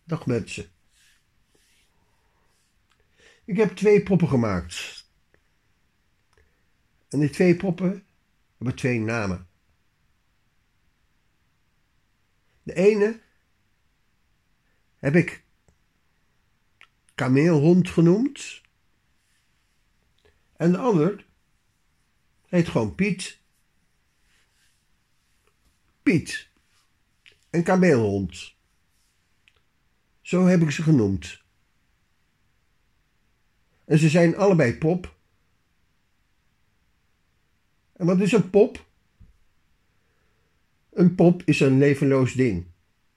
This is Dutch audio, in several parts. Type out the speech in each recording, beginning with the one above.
Dag mensen. Ik heb 2 poppen gemaakt. En die 2 poppen hebben 2 namen. De ene heb ik kameelhond genoemd. En de ander heet gewoon Piet. Piet. Een kameelhond. Zo heb ik ze genoemd. En ze zijn allebei pop. En wat is een pop? Een pop is een levenloos ding.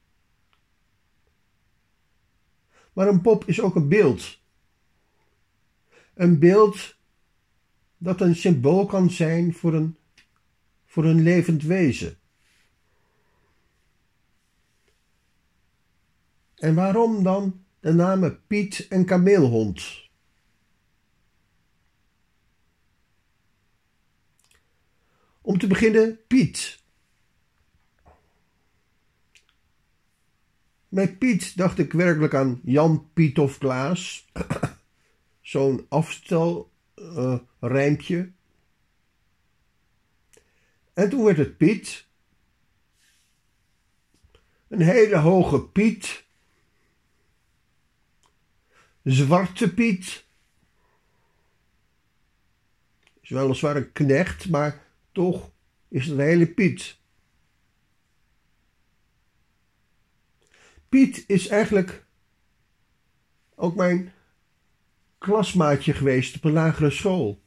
Maar een pop is ook een beeld. Een beeld dat een symbool kan zijn voor een levend wezen. En waarom dan de namen Piet en kameelhond? Om te beginnen Piet. Bij Piet dacht ik werkelijk aan Jan, Piet of Klaas. Zo'n afstelrijmpje. En toen werd het Piet. Een hele hoge Piet. Zwarte Piet. Is weliswaar een knecht, maar toch is het een hele Piet. Piet is eigenlijk ook mijn klasmaatje geweest op een lagere school.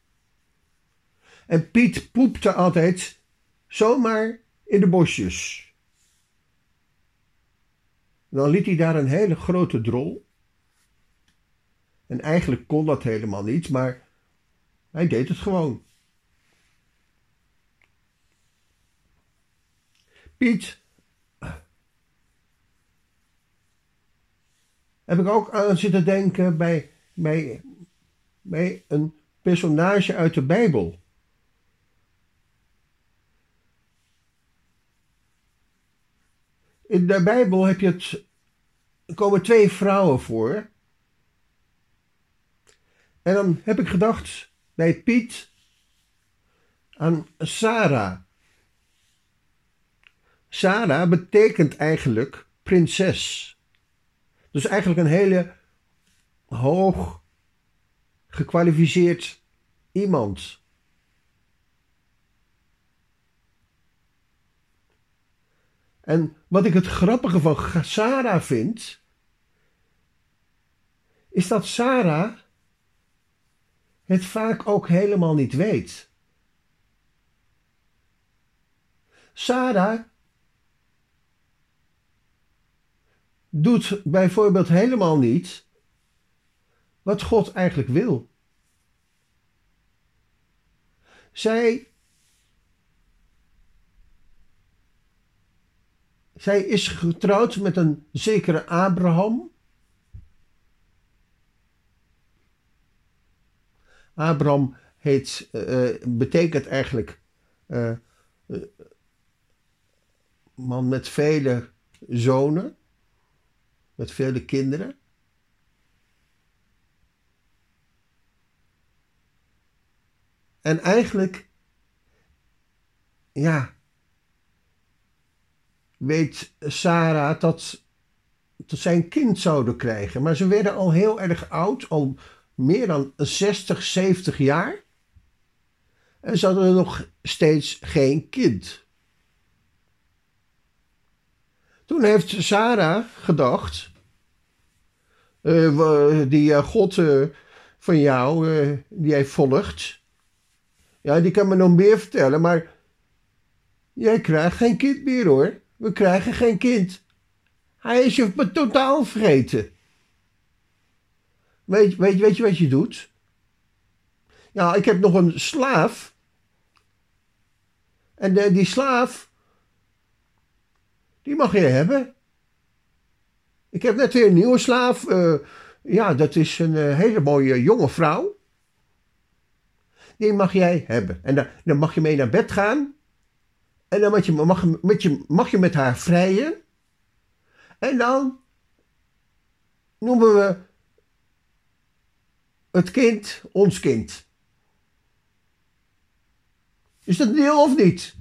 En Piet poepte altijd zomaar in de bosjes. Dan liet hij daar een hele grote drol. En eigenlijk kon dat helemaal niet, maar hij deed het gewoon. Piet heb ik ook aan zitten denken bij een personage uit de Bijbel. In de Bijbel er komen 2 vrouwen voor. En dan heb ik gedacht bij Piet aan Sarah. Sarah betekent eigenlijk prinses. Dus eigenlijk een hele hoog gekwalificeerd iemand. En wat ik het grappige van Sarah vind, is dat Sarah het vaak ook helemaal niet weet. Sarah doet bijvoorbeeld helemaal niet wat God eigenlijk wil. Zij is getrouwd met een zekere Abraham. Abraham betekent eigenlijk man met vele zonen, met vele kinderen. En eigenlijk, weet Sarah dat zij een kind zouden krijgen. Maar ze werden al heel erg oud, al meer dan 60, 70 jaar. En ze hadden nog steeds geen kind. Toen heeft Sarah gedacht, die God van jou, die jij volgt, ja, die kan me nog meer vertellen, maar jij krijgt geen kind meer hoor. We krijgen geen kind. Hij is je totaal vergeten. Weet je wat je doet? Ja, ik heb nog een slaaf. En die slaaf, die mag je hebben. Ik heb net weer een nieuwe slaaf. Dat is een hele mooie jonge vrouw. Die mag jij hebben. En dan mag je mee naar bed gaan. En dan mag je met haar vrijen. En dan noemen we het kind ons kind. Is dat een deel of niet?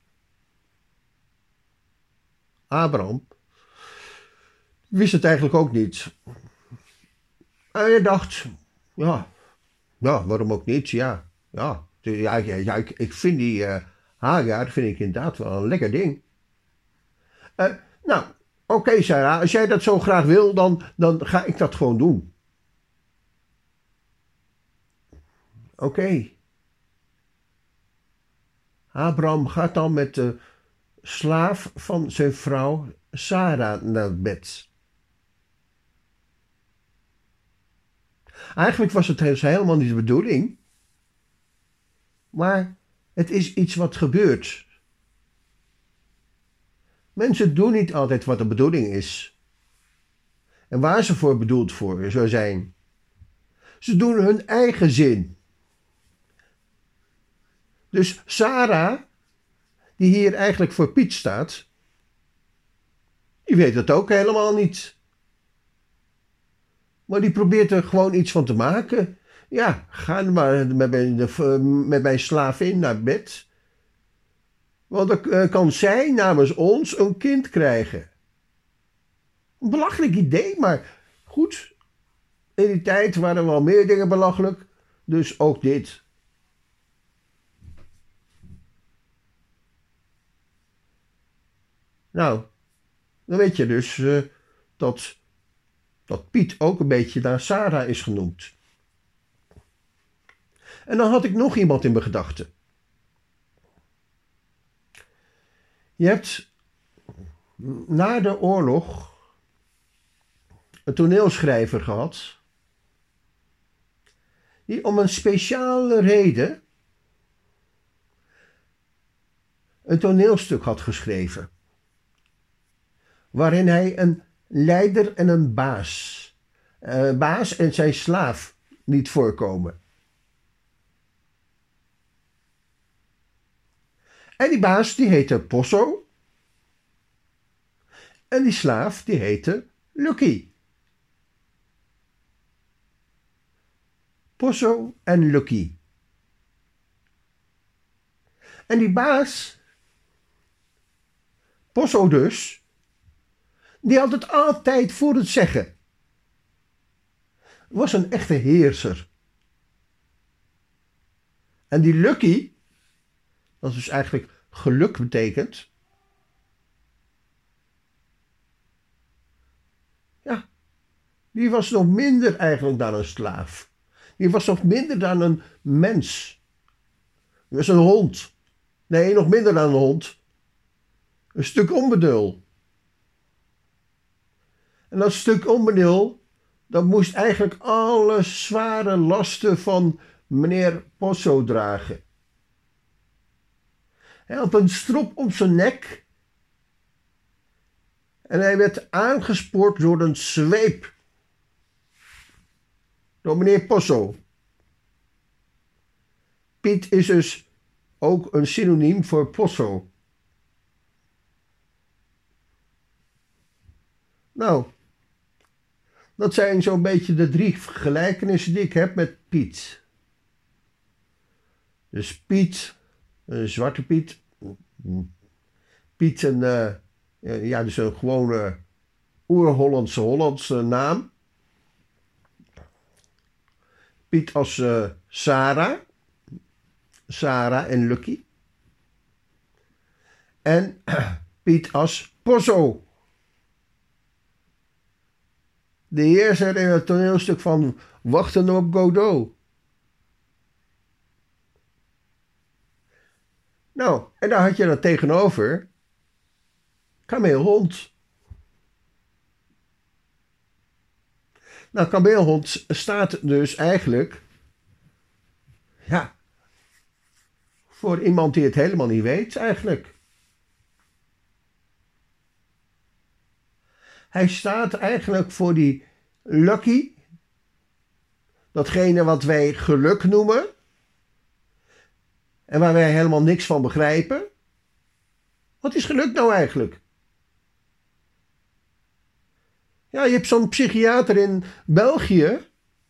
Abraham wist het eigenlijk ook niet. En hij dacht, ja, waarom ook niet? Ja, ik vind die Hagar vind ik inderdaad wel een lekker ding. Nou, oké, Sarah, als jij dat zo graag wil, dan ga ik dat gewoon doen. Oké. Abraham gaat dan met de slaaf van zijn vrouw Sarah naar bed. Eigenlijk was het dus helemaal niet de bedoeling. Maar het is iets wat gebeurt. Mensen doen niet altijd wat de bedoeling is. En waar ze voor bedoeld voor zou zijn. Ze doen hun eigen zin. Dus Sarah, die hier eigenlijk voor Piet staat, die weet het ook helemaal niet. Maar die probeert er gewoon iets van te maken. Ja, ga maar met mijn slavin naar bed. Want dan kan zij namens ons een kind krijgen. Een belachelijk idee, maar goed. In die tijd waren wel meer dingen belachelijk. Dus ook dit. Nou, dan weet je dus dat Piet ook een beetje naar Sarah is genoemd. En dan had ik nog iemand in mijn gedachten. Je hebt na de oorlog een toneelschrijver gehad, die om een speciale reden een toneelstuk had geschreven, waarin hij een leider en een baas en zijn slaaf liet voorkomen. En die baas die heette Posso. En die slaaf die heette Lucky. Posso en Lucky. En die baas, Posso dus, die had het altijd voor het zeggen. Was een echte heerser. En die Lucky, dat dus eigenlijk geluk betekent. Ja, die was nog minder eigenlijk dan een slaaf. Die was nog minder dan een mens. Die was een hond. Nee, nog minder dan een hond. Een stuk onbenul. En dat stuk onbenul, dat moest eigenlijk alle zware lasten van meneer Posso dragen. Hij had een strop om zijn nek. En hij werd aangespoord door een zweep. Door meneer Posso. Piet is dus ook een synoniem voor Posso. Nou, dat zijn zo'n beetje de 3 gelijkenissen die ik heb met Piet. Dus Piet, Zwarte Piet. Piet, dus een gewone Hollandse naam. Piet als Sarah en Lucky. En Piet als Posso. De heerser in het toneelstuk van Wachten op Godot. Nou, en daar had je dan tegenover kameelhond. Nou, kameelhond staat dus eigenlijk, ja, voor iemand die het helemaal niet weet eigenlijk. Hij staat eigenlijk voor die lucky, datgene wat wij geluk noemen en waar wij helemaal niks van begrijpen. Wat is geluk nou eigenlijk? Ja, je hebt zo'n psychiater in België.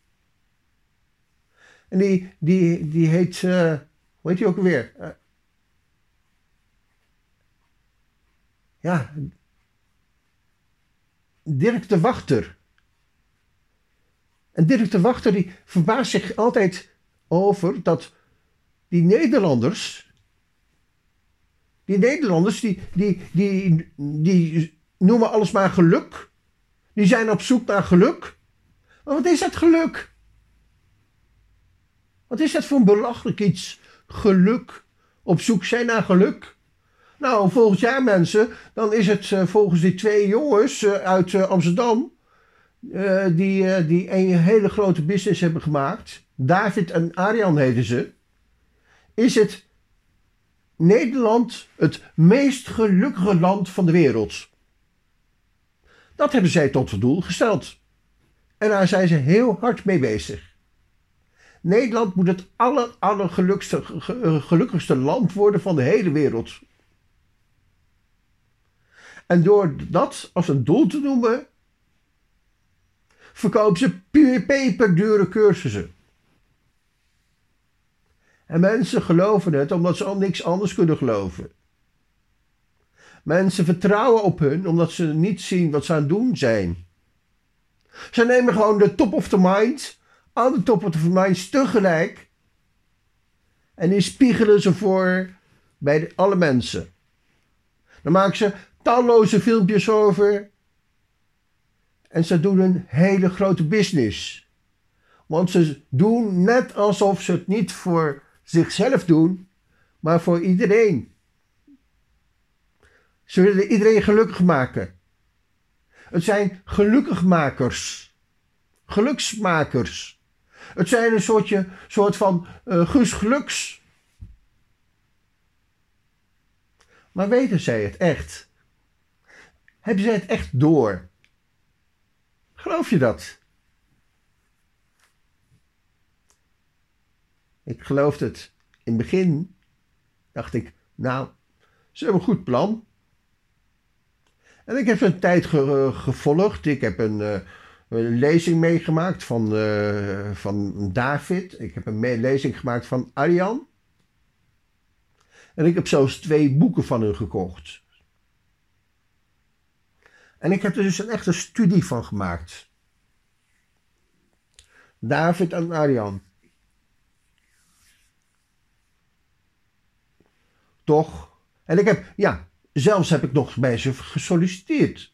En die heet, hoe heet die ook alweer? Ja, Dirk de Wachter. En Dirk de Wachter die verbaast zich altijd over dat die Nederlanders, die noemen alles maar geluk. Die zijn op zoek naar geluk. Maar wat is dat geluk? Wat is dat voor een belachelijk iets? Geluk. Op zoek zijn naar geluk. Nou, volgens jij mensen, dan is het volgens die twee jongens uit Amsterdam, die een hele grote business hebben gemaakt, David en Arjan heten ze, is het Nederland het meest gelukkige land van de wereld. Dat hebben zij tot doel gesteld. En daar zijn ze heel hard mee bezig. Nederland moet het allergelukkigste land worden van de hele wereld. En door dat als een doel te noemen, verkopen ze peperdure cursussen. En mensen geloven het omdat ze al niks anders kunnen geloven. Mensen vertrouwen op hun omdat ze niet zien wat ze aan het doen zijn. Ze nemen gewoon de top of the mind, alle top of the minds tegelijk. En die spiegelen ze voor bij alle mensen. Dan maken ze talloze filmpjes over. En ze doen een hele grote business. Want ze doen net alsof ze het niet voor zichzelf doen, maar voor iedereen. Ze willen iedereen gelukkig maken. Het zijn gelukkigmakers. Geluksmakers. Het zijn een soort van Guus Geluks. Maar weten zij het echt? Hebben zij het echt door? Geloof je dat? Ik geloofde het. In het begin dacht ik, nou, ze hebben een goed plan. En ik heb een tijd gevolgd. Ik heb een lezing meegemaakt van David. Ik heb een lezing gemaakt van Arjan. En ik heb zelfs 2 boeken van hun gekocht. En ik heb er dus een echte studie van gemaakt. David en Arjan. Toch? En ik heb, zelfs heb ik nog bij ze gesolliciteerd.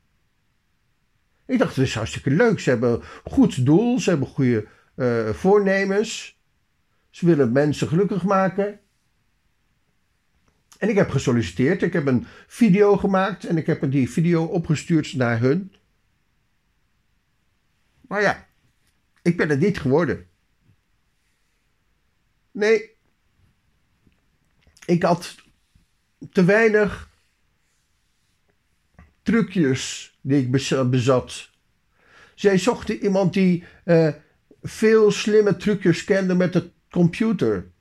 Ik dacht, het is hartstikke leuk. Ze hebben een goed doel, ze hebben goede voornemens. Ze willen mensen gelukkig maken. En ik heb gesolliciteerd. Ik heb een video gemaakt en ik heb die video opgestuurd naar hun. Maar ja, ik ben het niet geworden. Nee, ik had te weinig trucjes die ik bezat. Zij zochten iemand die veel slimme trucjes kende met de computer.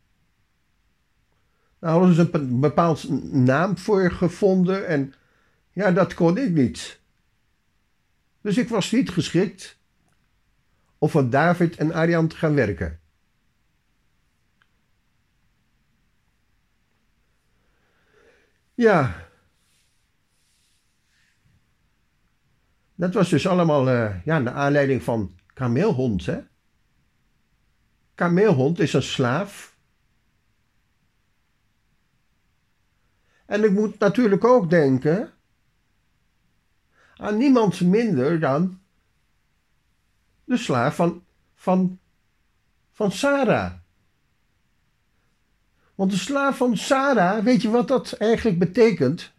Daar hadden ze een bepaald naam voor gevonden en ja, dat kon ik niet. Dus ik was niet geschikt om voor David en Arjan te gaan werken. Ja, dat was dus allemaal naar aanleiding van kameelhond, hè. Kameelhond is een slaaf. En ik moet natuurlijk ook denken aan niemand minder dan de slaaf van Sarah. Want de slaaf van Sarah, weet je wat dat eigenlijk betekent?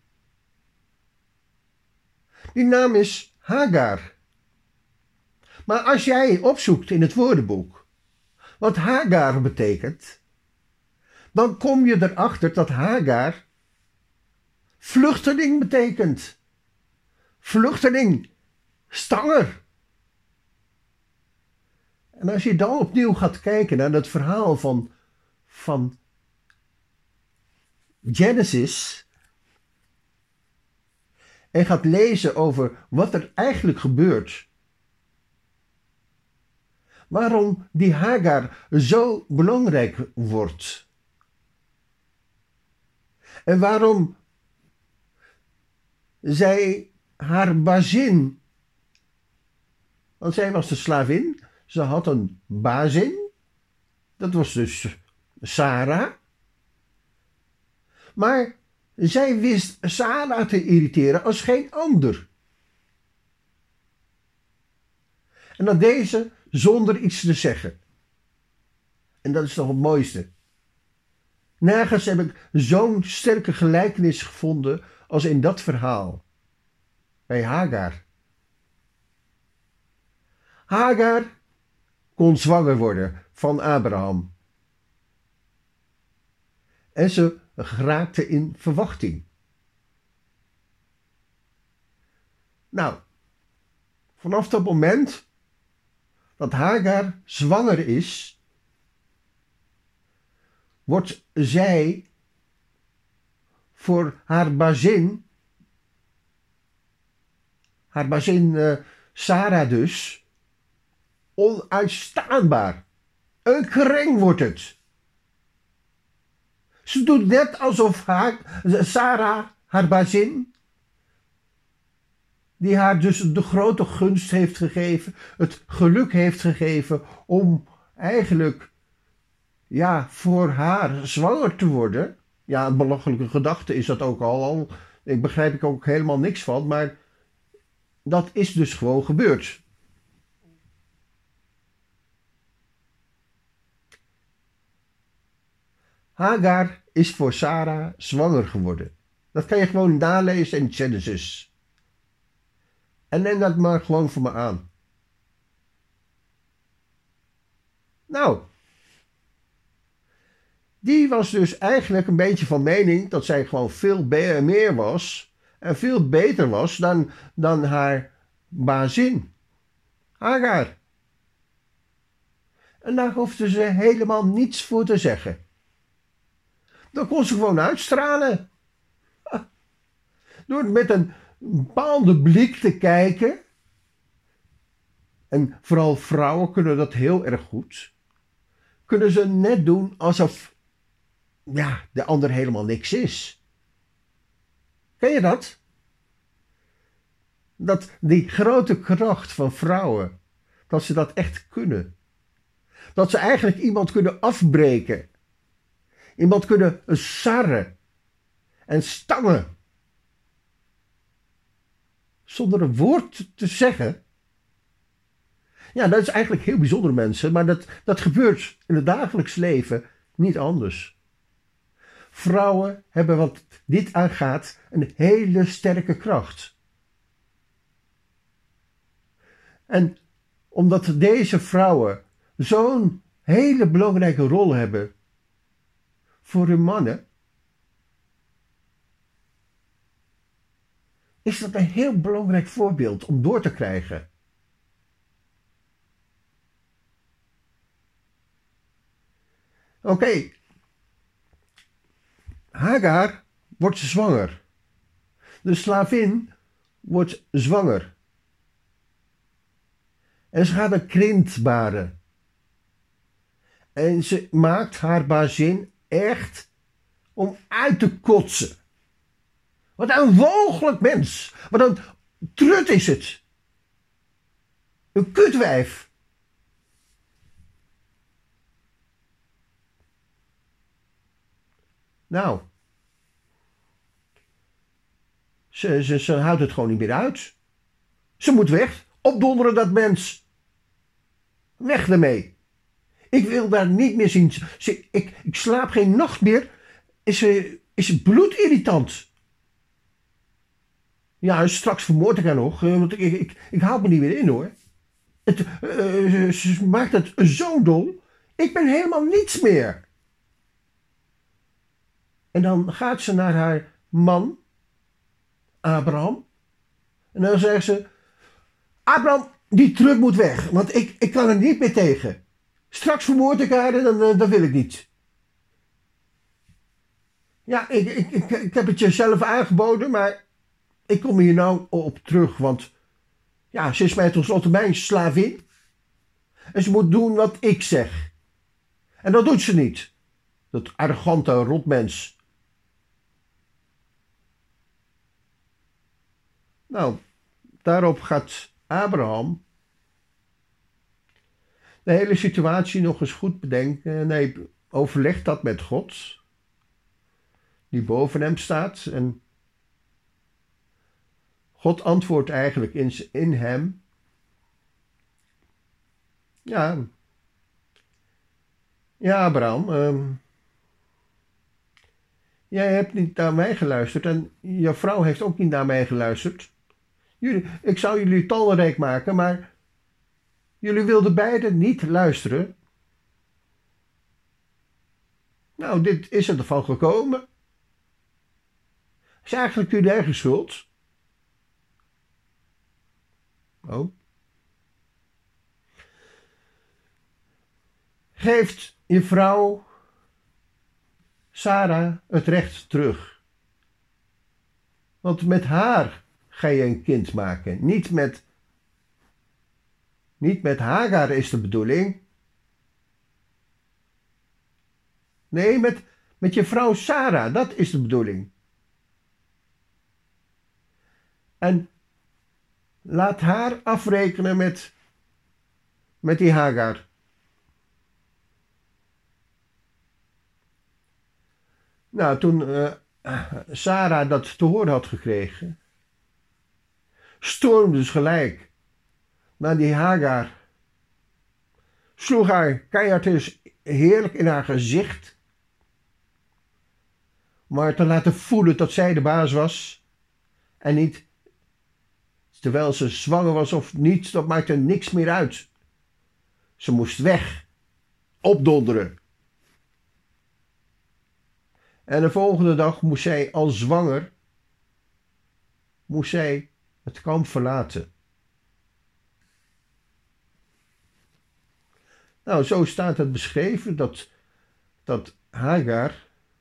Die naam is Hagar. Maar als jij opzoekt in het woordenboek wat Hagar betekent, dan kom je erachter dat Hagar vluchteling betekent. Vluchteling, stanger. En als je dan opnieuw gaat kijken naar het verhaal van Genesis en gaat lezen over wat er eigenlijk gebeurt, waarom die Hagar zo belangrijk wordt. En waarom zij haar bazin, want zij was de slavin, ze had een bazin, dat was dus Sarah. Maar zij wist Sarah te irriteren als geen ander. En dat deze zonder iets te zeggen. En dat is toch het mooiste. Nergens heb ik zo'n sterke gelijkenis gevonden als in dat verhaal. Bij Hagar. Hagar kon zwanger worden van Abraham. En ze geraakte in verwachting. Nou, vanaf dat moment dat Hagar zwanger is, wordt zij voor haar bazin Sarah dus, onuitstaanbaar. Een kreng wordt het. Ze doet net alsof Sarah, haar bazin, die haar dus de grote gunst heeft gegeven, het geluk heeft gegeven om eigenlijk, ja, voor haar zwanger te worden. Ja, een belachelijke gedachte is dat ook al. Ik begrijp er ook helemaal niks van, maar dat is dus gewoon gebeurd. Hagar is voor Sarah zwanger geworden. Dat kan je gewoon nalezen in Genesis. En neem dat maar gewoon voor me aan. Nou, die was dus eigenlijk een beetje van mening dat zij gewoon veel meer was en veel beter was dan haar bazin, Hagar. En daar hoefde ze helemaal niets voor te zeggen. Dan kon ze gewoon uitstralen. Door met een bepaalde blik te kijken. En vooral vrouwen kunnen dat heel erg goed. Kunnen ze net doen alsof, ja, de ander helemaal niks is. Ken je dat? Dat die grote kracht van vrouwen, dat ze dat echt kunnen. Dat ze eigenlijk iemand kunnen afbreken. Iemand kunnen sarren en stangen. Zonder een woord te zeggen. Ja, dat is eigenlijk heel bijzonder, mensen. Maar dat gebeurt in het dagelijks leven niet anders. Vrouwen hebben wat dit aangaat een hele sterke kracht. En omdat deze vrouwen zo'n hele belangrijke rol hebben voor hun mannen, is dat een heel belangrijk voorbeeld om door te krijgen. Oké. Hagar wordt zwanger. De slavin wordt zwanger. En ze gaat een kind baren. En ze maakt haar bazin echt om uit te kotsen. Wat een walgelijk mens. Wat een trut is het. Een kutwijf. Nou. Ze houdt het gewoon niet meer uit. Ze moet weg. Opdonderen dat mens. Weg ermee. Ik wil daar niet meer zien. Ik slaap geen nacht meer. Is bloedirritant. Ja, straks vermoord ik haar nog. Want ik hou me niet meer in, hoor. Ze maakt het zo dol. Ik ben helemaal niets meer. En dan gaat ze naar haar man, Abraham. En dan zegt ze: Abraham, die trut moet weg. Want ik kan er niet meer tegen. Straks vermoord ik haar en dan wil ik niet. Ja, ik heb het je zelf aangeboden, maar ik kom hier nou op terug, want ja, ze is mij tenslotte mijn slavin. En ze moet doen wat ik zeg. En dat doet ze niet. Dat arrogante rotmens. Nou, daarop gaat Abraham de hele situatie nog eens goed bedenken. En hij overlegt dat met God, die boven hem staat. En God antwoordt eigenlijk in hem. Ja, ja Abraham, jij hebt niet naar mij geluisterd en je vrouw heeft ook niet naar mij geluisterd. Ik zou jullie talrijk maken, maar jullie wilden beiden niet luisteren. Nou, dit is ervan gekomen. Is eigenlijk jullie eigen schuld. Oh. Geeft je vrouw Sarah het recht terug. Want met haar ga je een kind maken. Niet met Hagar is de bedoeling. Nee, met je vrouw Sarah, dat is de bedoeling. En laat haar afrekenen met die Hagar. Nou, toen Sarah dat te horen had gekregen, stormde ze gelijk naar die Hagar. Sloeg haar keihard eens heerlijk in haar gezicht. Maar te laten voelen dat zij de baas was. En niet terwijl ze zwanger was of niet, dat maakte niks meer uit. Ze moest weg. Opdonderen. En de volgende dag moest zij al zwanger, het kamp verlaten. Nou, zo staat het beschreven dat Hagar,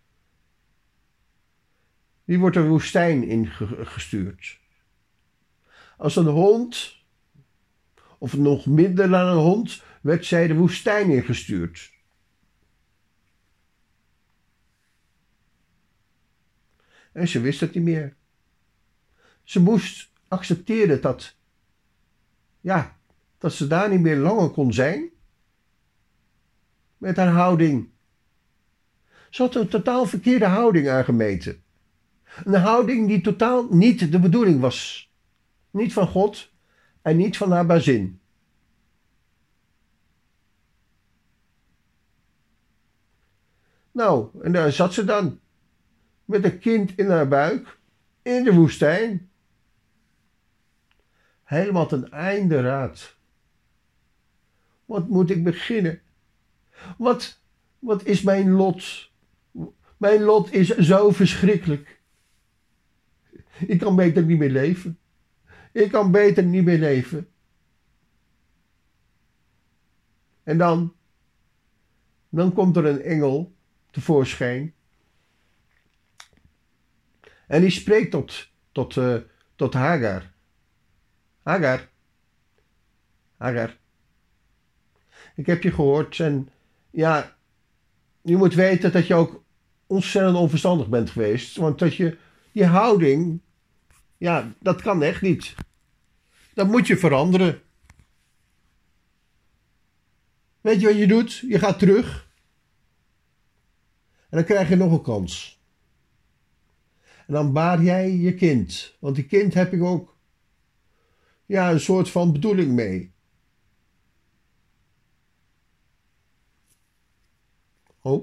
die wordt de woestijn ingestuurd. Als een hond, of nog minder dan een hond, werd zij de woestijn ingestuurd. En ze wist het niet meer. Ze moest accepteren dat ze daar niet meer langer kon zijn. Met haar houding. Ze had een totaal verkeerde houding aangemeten. Een houding die totaal niet de bedoeling was. Niet van God en niet van haar bazin. Nou, en daar zat ze dan. Met een kind in haar buik. In de woestijn. Helemaal ten einde raad. Wat moet ik beginnen? Wat is mijn lot? Mijn lot is zo verschrikkelijk. Ik kan beter niet meer leven. Ik kan beter niet meer leven. En dan komt er een engel tevoorschijn. En die spreekt tot Hagar. Hagar. Ik heb je gehoord en ja, je moet weten dat je ook ontzettend onverstandig bent geweest. Want dat die houding, ja, dat kan echt niet. Dat moet je veranderen. Weet je wat je doet? Je gaat terug. En dan krijg je nog een kans. En dan baar jij je kind. Want die kind heb ik ook, ja, een soort van bedoeling mee. Oh.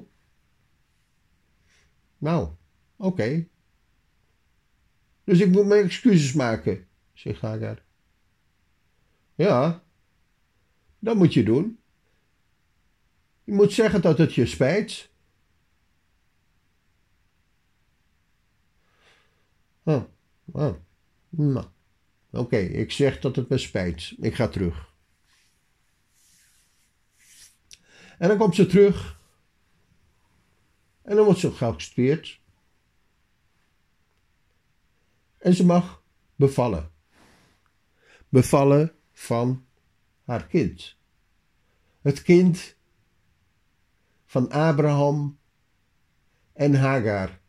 Nou, oké. Dus ik moet mijn excuses maken, zegt Hagar. Ja, dat moet je doen. Je moet zeggen dat het je spijt. Nou, oké, ik zeg dat het me spijt. Ik ga terug. En dan komt ze terug. En dan wordt ze geaccepteerd. En ze mag bevallen. Bevallen van haar kind. Het kind van Abraham en Hagar.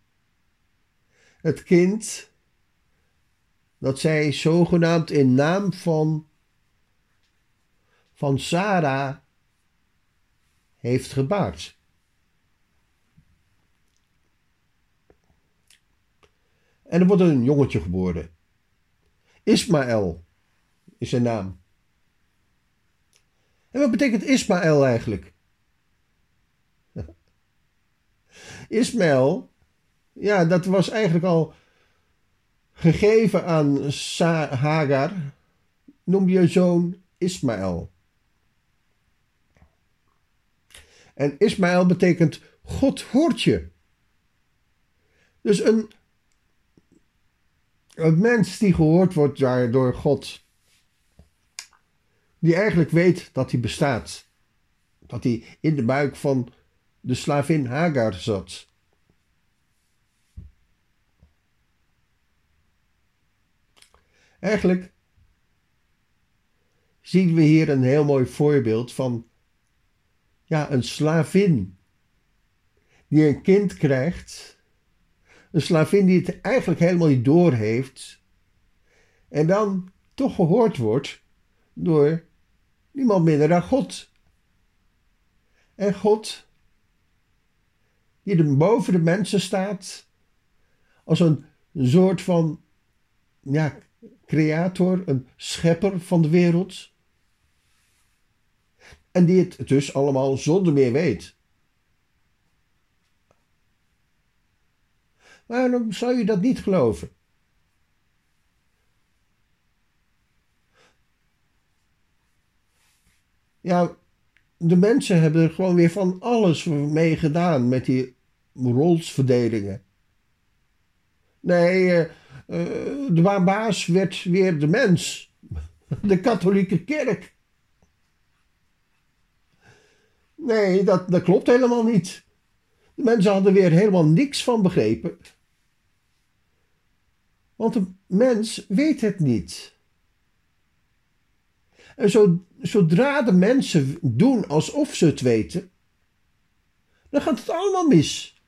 Het kind dat zij zogenaamd in naam van Sarah heeft gebaard. En er wordt een jongetje geboren. Ismaël is zijn naam. En wat betekent Ismaël eigenlijk? Ismaël, ja, dat was eigenlijk al gegeven aan Hagar. Noem je zoon Ismaël. En Ismaël betekent God hoort je. Dus een mens die gehoord wordt door God. Die eigenlijk weet dat hij bestaat. Dat hij in de buik van de slavin Hagar zat. Eigenlijk zien we hier een heel mooi voorbeeld van een slavin die een kind krijgt. Een slavin die het eigenlijk helemaal niet doorheeft. En dan toch gehoord wordt door niemand minder dan God. En God, die er boven de mensen staat, als een soort van creator, een schepper van de wereld. En die het dus allemaal zonder meer weet. Waarom zou je dat niet geloven? Ja, de mensen hebben er gewoon weer van alles mee gedaan met die rolsverdelingen. Nee, de baas werd weer de mens. De katholieke kerk. Nee, dat klopt helemaal niet. De mensen hadden weer helemaal niks van begrepen. Want de mens weet het niet. En zodra de mensen doen alsof ze het weten, dan gaat het allemaal mis.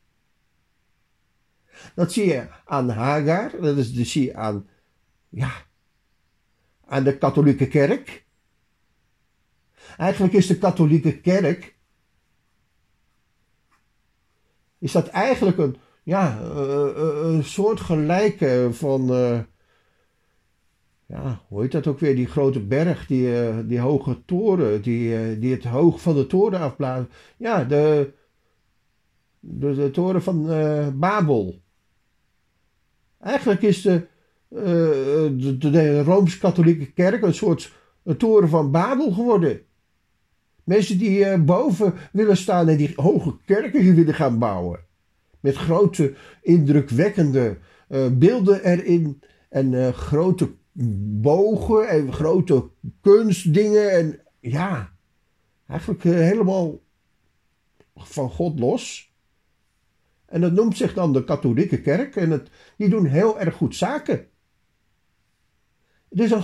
Dat zie je aan Hagar, dat zie je aan de katholieke kerk. Eigenlijk is de katholieke kerk eigenlijk een soort gelijke van, hoe heet dat ook weer, die grote berg, die hoge toren, die het hoog van de toren afblazen. Ja, de toren van Babel. Eigenlijk is de Rooms-Katholieke kerk een soort toren van Babel geworden. Mensen die boven willen staan en die hoge kerken willen gaan bouwen. Met grote, indrukwekkende beelden erin. En grote bogen en grote kunstdingen. En eigenlijk helemaal van God los. En dat noemt zich dan de katholieke kerk. En die doen heel erg goed zaken. Het is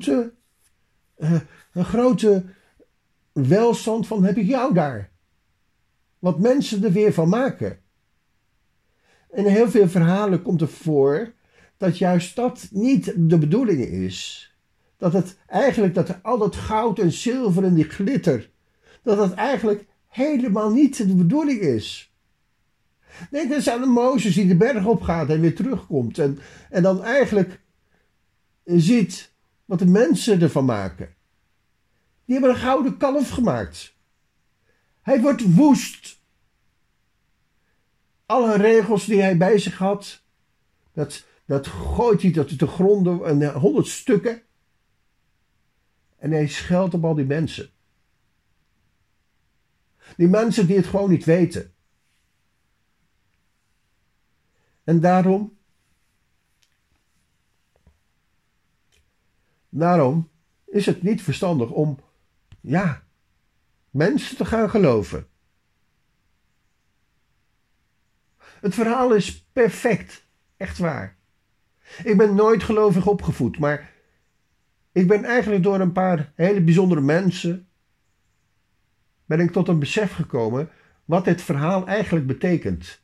een grote welstand van heb ik jou daar. Wat mensen er weer van maken. En in heel veel verhalen komt er voor dat juist dat niet de bedoeling is. Dat al dat goud en zilver en die glitter, dat eigenlijk helemaal niet de bedoeling is. Denk eens aan de Mozes die de berg opgaat en weer terugkomt. En dan eigenlijk ziet wat de mensen ervan maken. Die hebben een gouden kalf gemaakt. Hij wordt woest. Alle regels die hij bij zich had, dat gooit hij tot de grond en 100 stukken. En hij scheldt op al die mensen. Die mensen die het gewoon niet weten. En daarom is het niet verstandig om mensen te gaan geloven. Het verhaal is perfect, echt waar. Ik ben nooit gelovig opgevoed, maar ik ben eigenlijk door een paar hele bijzondere mensen ben ik tot een besef gekomen wat dit verhaal eigenlijk betekent.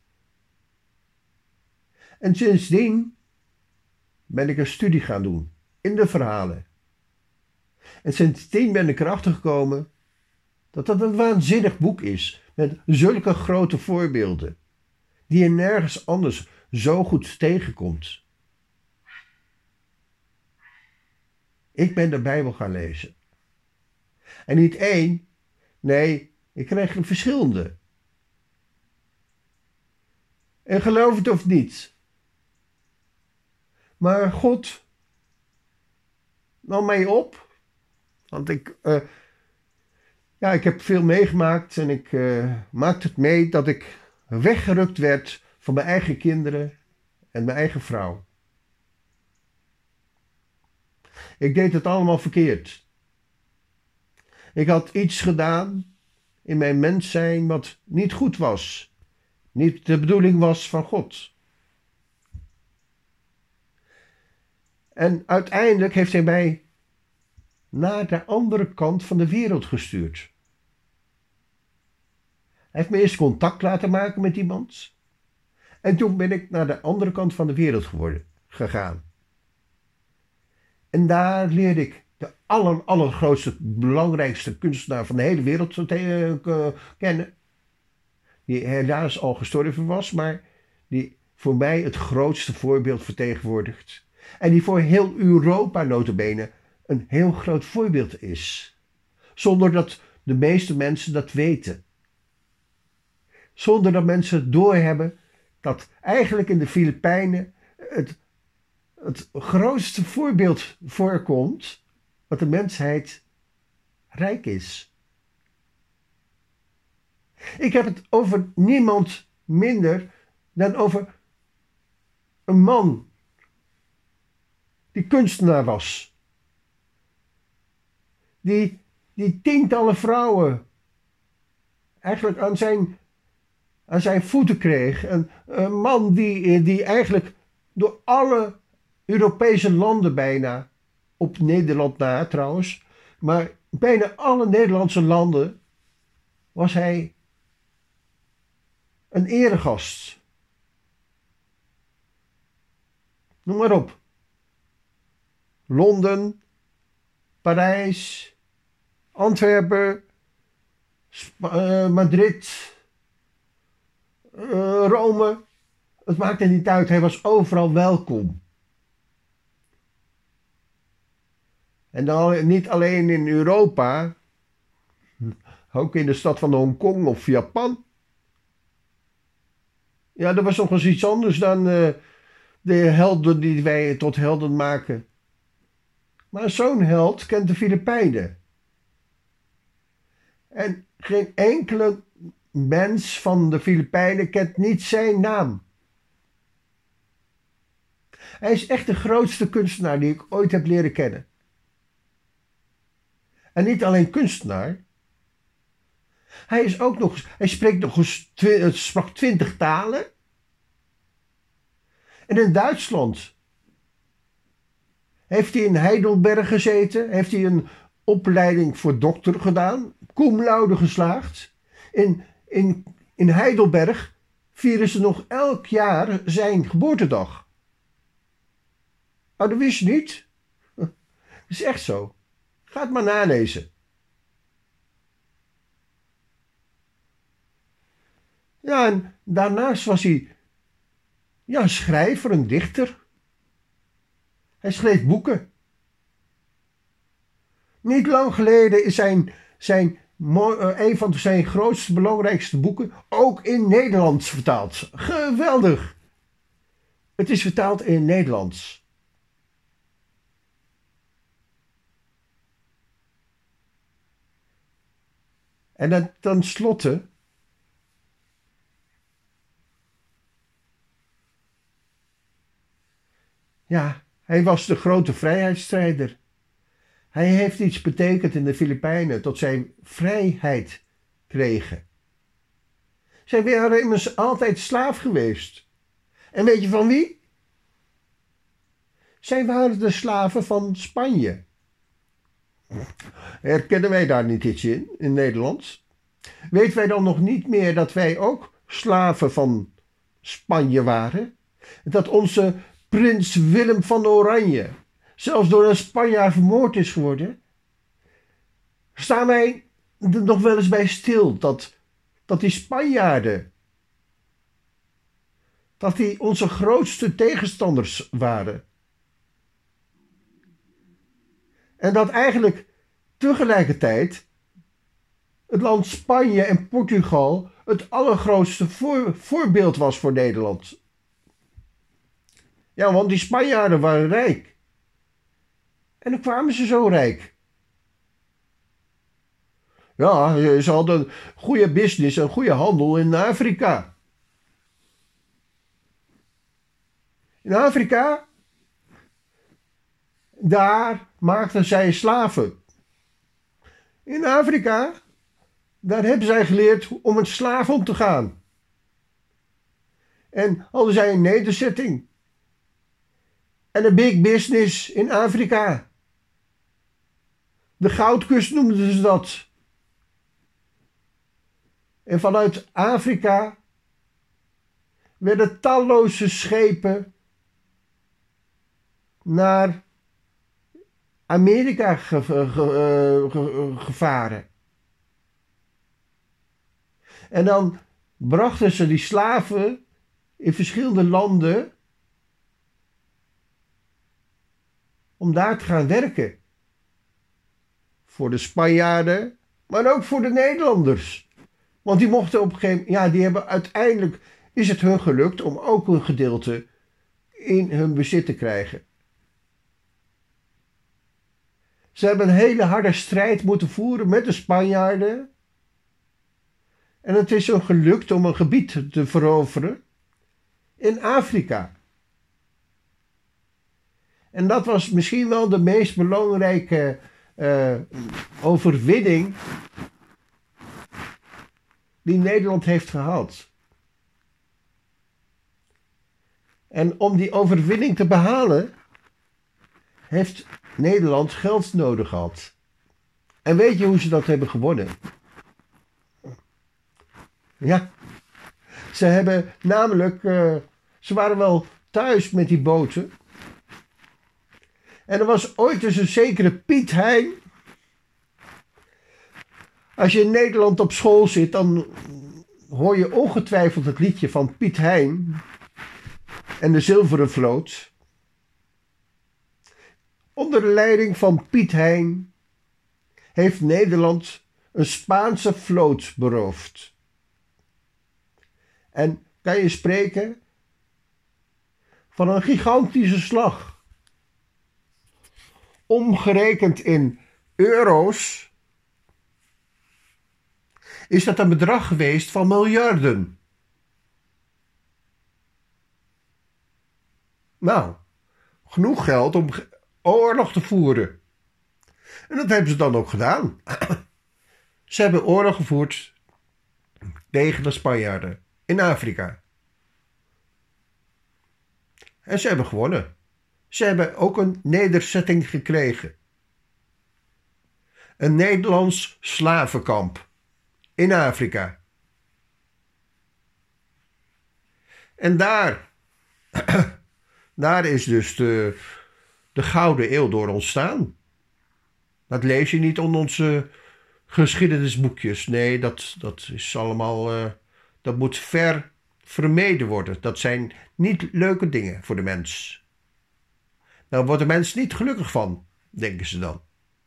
En sindsdien ben ik een studie gaan doen in de verhalen. En sindsdien ben ik erachter gekomen dat dat een waanzinnig boek is met zulke grote voorbeelden die je nergens anders zo goed tegenkomt. Ik ben de Bijbel gaan lezen. En niet één, nee, ik kreeg er verschillende. En geloof het of niet, maar God nam mij op, want ik heb veel meegemaakt en ik maakte het mee dat ik weggerukt werd van mijn eigen kinderen en mijn eigen vrouw. Ik deed het allemaal verkeerd. Ik had iets gedaan in mijn mens zijn wat niet goed was. Niet de bedoeling was van God. En uiteindelijk heeft hij mij naar de andere kant van de wereld gestuurd. Hij heeft me eerst contact laten maken met iemand. En toen ben ik naar de andere kant van de wereld gegaan. En daar leerde ik de allergrootste, belangrijkste kunstenaar van de hele wereld kennen. Die helaas al gestorven was, maar die voor mij het grootste voorbeeld vertegenwoordigt. En die voor heel Europa nota bene een heel groot voorbeeld is. Zonder dat de meeste mensen dat weten. Zonder dat mensen doorhebben dat eigenlijk in de Filipijnen het grootste voorbeeld voorkomt wat de mensheid rijk is. Ik heb het over niemand minder dan over een man die kunstenaar was. Die tientallen vrouwen eigenlijk aan zijn voeten kreeg. Een man die eigenlijk door alle Europese landen bijna, op Nederland na trouwens, maar bijna alle Nederlandse landen was hij een eregast. Noem maar op. Londen, Parijs, Antwerpen, Madrid, Rome. Het maakte niet uit, hij was overal welkom. En dan niet alleen in Europa, ook in de stad van Hongkong of Japan. Ja, dat was nog eens iets anders dan de helden die wij tot helden maken. Maar zo'n held kent de Filipijnen. En geen enkele mens van de Filipijnen kent niet zijn naam. Hij is echt de grootste kunstenaar die ik ooit heb leren kennen. En niet alleen kunstenaar. Hij spreekt nog eens 20 talen. En in Duitsland heeft hij in Heidelberg gezeten. Heeft hij een opleiding voor dokter gedaan. Cum laude geslaagd. In Heidelberg vieren ze nog elk jaar zijn geboortedag. Oh, dat wist je niet? Dat is echt zo. Ga het maar nalezen. Ja, en daarnaast was hij een schrijver, een dichter. Hij schreef boeken. Niet lang geleden is een van zijn grootste, belangrijkste boeken ook in Nederlands vertaald. Geweldig! Het is vertaald in Nederlands. En dan tenslotte, ja, hij was de grote vrijheidsstrijder. Hij heeft iets betekend in de Filipijnen tot zij vrijheid kregen. Zij waren immers altijd slaaf geweest. En weet je van wie? Zij waren de slaven van Spanje. Herkennen wij daar niet iets in Nederland? Weten wij dan nog niet meer dat wij ook slaven van Spanje waren? Dat onze prins Willem van Oranje zelfs door een Spanjaard vermoord is geworden? Staan wij er nog wel eens bij stil dat die Spanjaarden, dat die onze grootste tegenstanders waren? En dat eigenlijk tegelijkertijd het land Spanje en Portugal het allergrootste voorbeeld was voor Nederland. Ja, want die Spanjaarden waren rijk. En dan kwamen ze zo rijk. Ja, ze hadden goede business en goede handel in Afrika. In Afrika, daar maakten zij slaven. In Afrika, daar hebben zij geleerd om een slaaf om te gaan. En hadden zij een nederzetting. En een big business in Afrika. De Goudkust noemden ze dat. En vanuit Afrika werden talloze schepen naar Amerika gevaren. En dan brachten ze die slaven in verschillende landen om daar te gaan werken. Voor de Spanjaarden, maar ook voor de Nederlanders. Want die mochten op een gegeven moment, ja, die hebben uiteindelijk, is het hun gelukt om ook een gedeelte in hun bezit te krijgen. Ze hebben een hele harde strijd moeten voeren met de Spanjaarden. En het is hun gelukt om een gebied te veroveren in Afrika. En dat was misschien wel de meest belangrijke overwinning die Nederland heeft gehad. En om die overwinning te behalen, heeft Nederland geld nodig gehad. En weet je hoe ze dat hebben gewonnen? Ja, ze hebben namelijk, ze waren wel thuis met die boten. En er was ooit dus een zekere Piet Hein. Als je in Nederland op school zit, dan hoor je ongetwijfeld het liedje van Piet Hein en de Zilveren Vloot. Onder de leiding van Piet Hein heeft Nederland een Spaanse vloot beroofd. En kan je spreken van een gigantische slag. Omgerekend in euro's is dat een bedrag geweest van miljarden. Nou, genoeg geld om oorlog te voeren. En dat hebben ze dan ook gedaan. Ze hebben oorlog gevoerd tegen de Spanjaarden in Afrika. En ze hebben gewonnen. Ze hebben ook een nederzetting gekregen. Een Nederlands slavenkamp in Afrika. En daar is dus de Gouden Eeuw door ontstaan. Dat lees je niet in onze geschiedenisboekjes. Nee, dat is allemaal, dat moet ver vermeden worden. Dat zijn niet leuke dingen voor de mens. Daar wordt de mens niet gelukkig van, denken ze dan.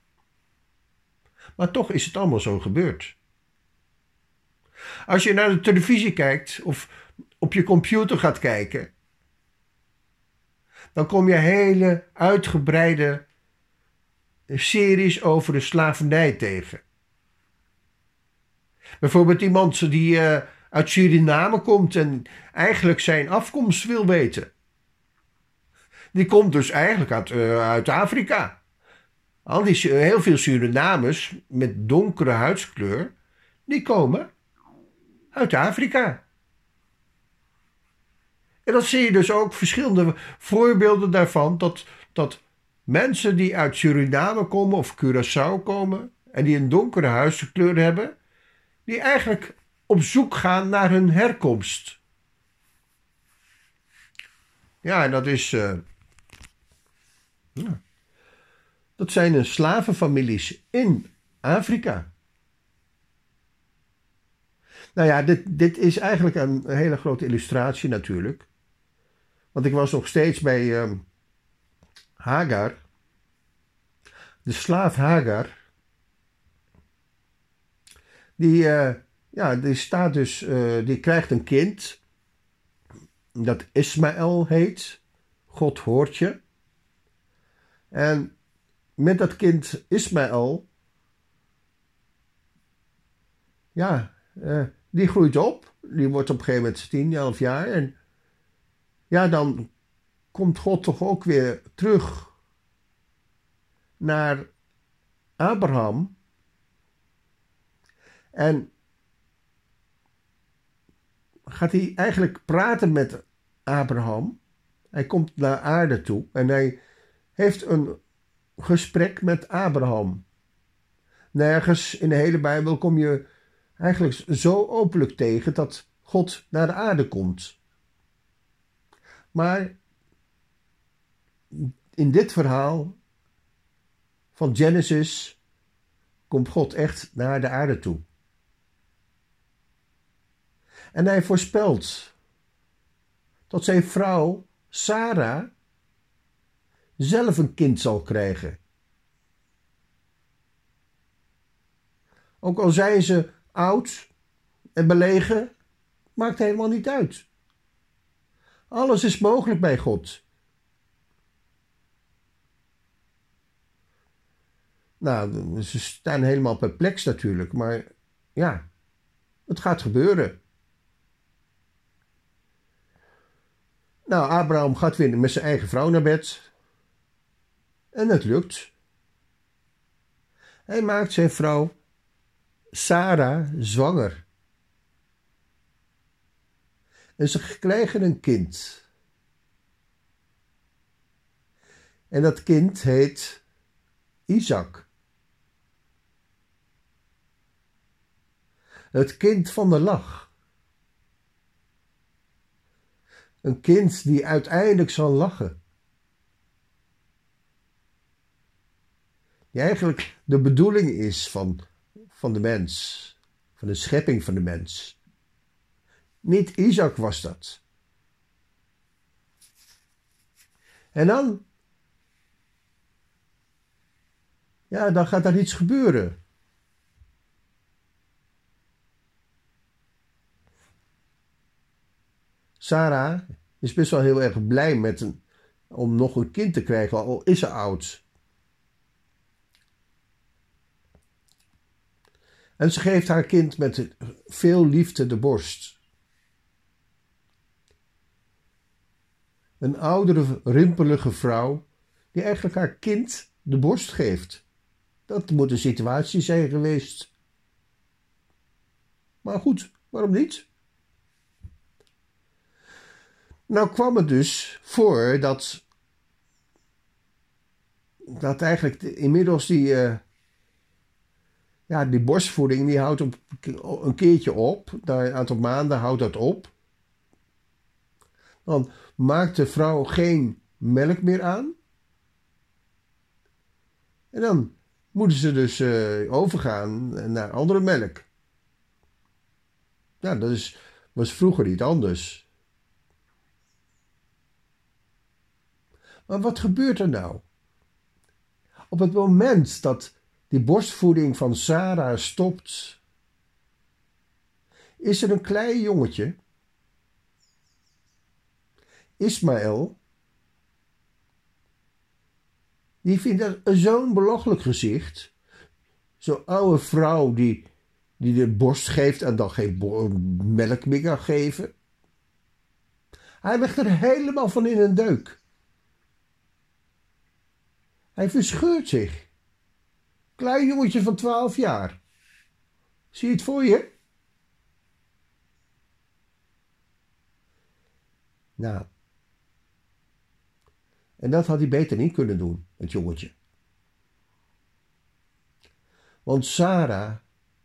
Maar toch is het allemaal zo gebeurd. Als je naar de televisie kijkt of op je computer gaat kijken, dan kom je hele uitgebreide series over de slavernij tegen. Bijvoorbeeld iemand die uit Suriname komt en eigenlijk zijn afkomst wil weten. Die komt dus eigenlijk uit Afrika. Heel veel Surinamers met donkere huidskleur, die komen uit Afrika. En dan zie je dus ook verschillende voorbeelden daarvan, dat dat mensen die uit Suriname komen of Curaçao komen en die een donkere huidskleur hebben, die eigenlijk op zoek gaan naar hun herkomst. Ja, en dat is... dat zijn slavenfamilies in Afrika. Nou ja, dit is eigenlijk een hele grote illustratie natuurlijk. Want ik was nog steeds bij Hagar. De slaaf Hagar. Die staat dus, die krijgt een kind. Dat Ismaël heet. God hoort je. En met dat kind Ismaël, die groeit op. Die wordt op een gegeven moment 10, 11 jaar. En ja, dan komt God toch ook weer terug naar Abraham. En gaat hij eigenlijk praten met Abraham. Hij komt naar aarde toe en hij heeft een gesprek met Abraham. Nergens in de hele Bijbel kom je eigenlijk zo openlijk tegen dat God naar de aarde komt. Maar in dit verhaal van Genesis komt God echt naar de aarde toe. En hij voorspelt dat zijn vrouw Sarah zelf een kind zal krijgen. Ook al zijn ze oud en belegen, maakt helemaal niet uit. Alles is mogelijk bij God. Nou, ze staan helemaal perplex natuurlijk, maar ja, het gaat gebeuren. Nou, Abraham gaat weer met zijn eigen vrouw naar bed. En het lukt. Hij maakt zijn vrouw Sarah zwanger. En ze krijgen een kind. En dat kind heet Isaac. Het kind van de lach. Een kind die uiteindelijk zal lachen. Die eigenlijk de bedoeling is van de mens. Van de schepping van de mens. Niet Isaac was dat. En dan gaat er iets gebeuren. Sarah is best wel heel erg blij om nog een kind te krijgen, al is ze oud. En ze geeft haar kind met veel liefde de borst. Een oudere, rimpelige vrouw die eigenlijk haar kind de borst geeft. Dat moet een situatie zijn geweest. Maar goed, waarom niet? Nou kwam het dus voor dat eigenlijk inmiddels die borstvoeding die houdt een keertje op. Na een aantal maanden houdt dat op. Dan maakt de vrouw geen melk meer aan. En dan moeten ze dus overgaan naar andere melk. Nou, dat was vroeger niet anders. Maar wat gebeurt er nou? Op het moment dat die borstvoeding van Sarah stopt, is er een klein jongetje, Ismaël, die vindt dat zo'n belachelijk gezicht. Zo'n oude vrouw die de borst geeft en dan geen melk meer kan geven. Hij ligt er helemaal van in een deuk. Hij verscheurt zich. Klein jongetje van 12 jaar. Zie je het voor je? Nou. En dat had hij beter niet kunnen doen, het jongetje. Want Sarah,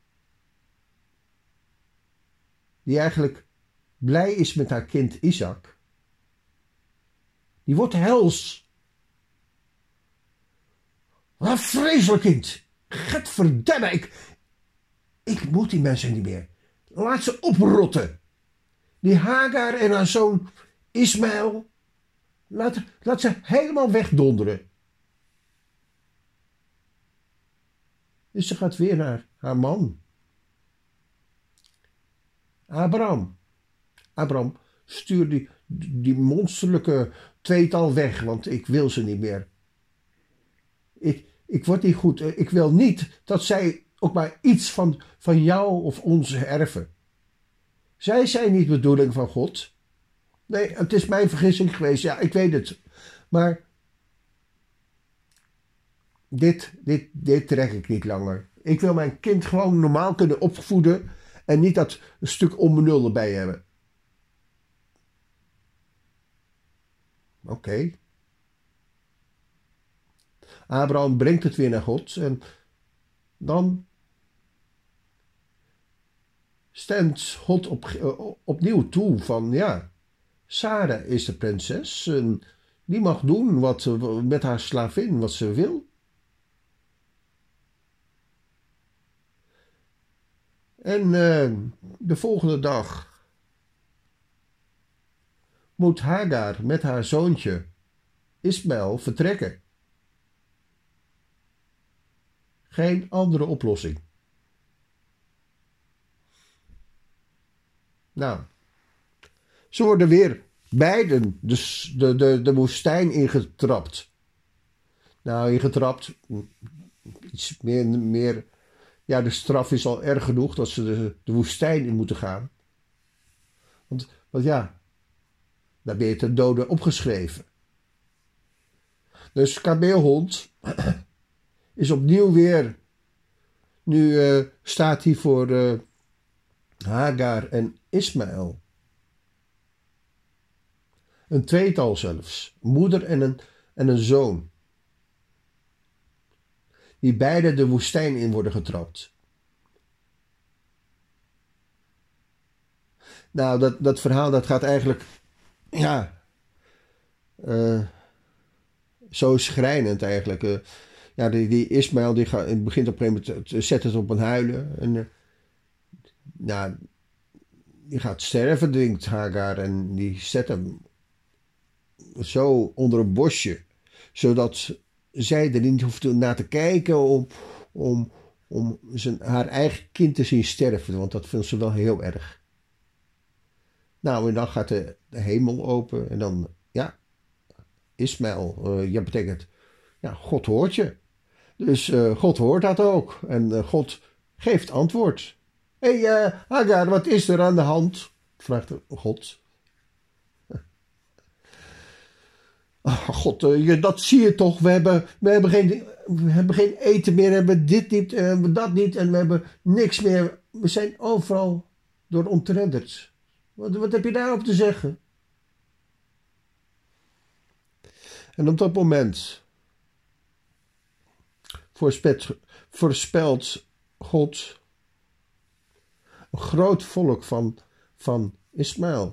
die eigenlijk blij is met haar kind Isaac, die wordt hels. Wat een vreselijk kind. Gadverdamme, ik moet die mensen niet meer. Laat ze oprotten. Die Hagar en haar zoon Ismaël, laat ze helemaal wegdonderen. Dus ze gaat weer naar haar man. Abraham, stuur die monsterlijke tweetal weg, want ik wil ze niet meer. Ik word niet goed. Ik wil niet dat zij ook maar iets van jou of ons erven. Zij zijn niet de bedoeling van God. Nee, het is mijn vergissing geweest. Ja, ik weet het. Maar dit trek ik niet langer. Ik wil mijn kind gewoon normaal kunnen opvoeden en niet dat stuk onbenul erbij hebben. Oké. Abraham brengt het weer naar God en dan stemt God opnieuw toe van ja, Sarah is de prinses en die mag doen met haar slavin wat ze wil. En de volgende dag moet Hagar met haar zoontje Ismaël vertrekken. Geen andere oplossing. Nou, ze worden weer beiden de woestijn ingetrapt. Nou, ingetrapt, iets meer. Ja, de straf is al erg genoeg dat ze de woestijn in moeten gaan. Want ja, daar ben je ten dode opgeschreven. Dus kameelhond is opnieuw weer, nu staat hij voor Hagar en Ismaël. Een tweetal zelfs, moeder en een zoon. Die beide de woestijn in worden getrapt. Nou, dat verhaal dat gaat eigenlijk, ja, zo schrijnend eigenlijk. Ja, die Ismaël die begint op een gegeven moment, zet het op een huilen. En nou, die gaat sterven, denkt Hagar. En die zet hem zo onder een bosje, zodat zij er niet hoeft naar te kijken om haar eigen kind te zien sterven. Want dat vindt ze wel heel erg. Nou, en dan gaat de hemel open. En dan, ja, Ismaël, ja, betekent, ja, God hoort je. Dus God hoort dat ook. En God geeft antwoord. Hé, Hagar, wat is er aan de hand? Vraagt God. Oh, God, dat zie je toch. We hebben geen eten meer. We hebben dit niet. We hebben dat niet. En we hebben niks meer. We zijn overal door ontredderd. Wat heb je daarop te zeggen? En op dat moment voorspelt God een groot volk van Ismaël.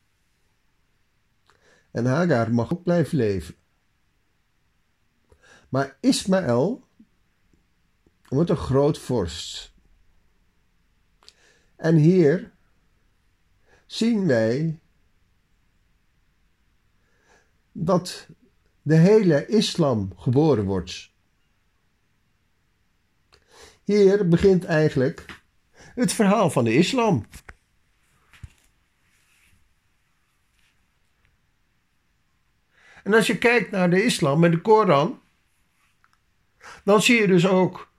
En Hagar mag ook blijven leven. Maar Ismaël wordt een groot vorst. En hier zien wij dat de hele islam geboren wordt. Hier begint eigenlijk het verhaal van de islam. En als je kijkt naar de islam en de Koran, dan zie je dus ook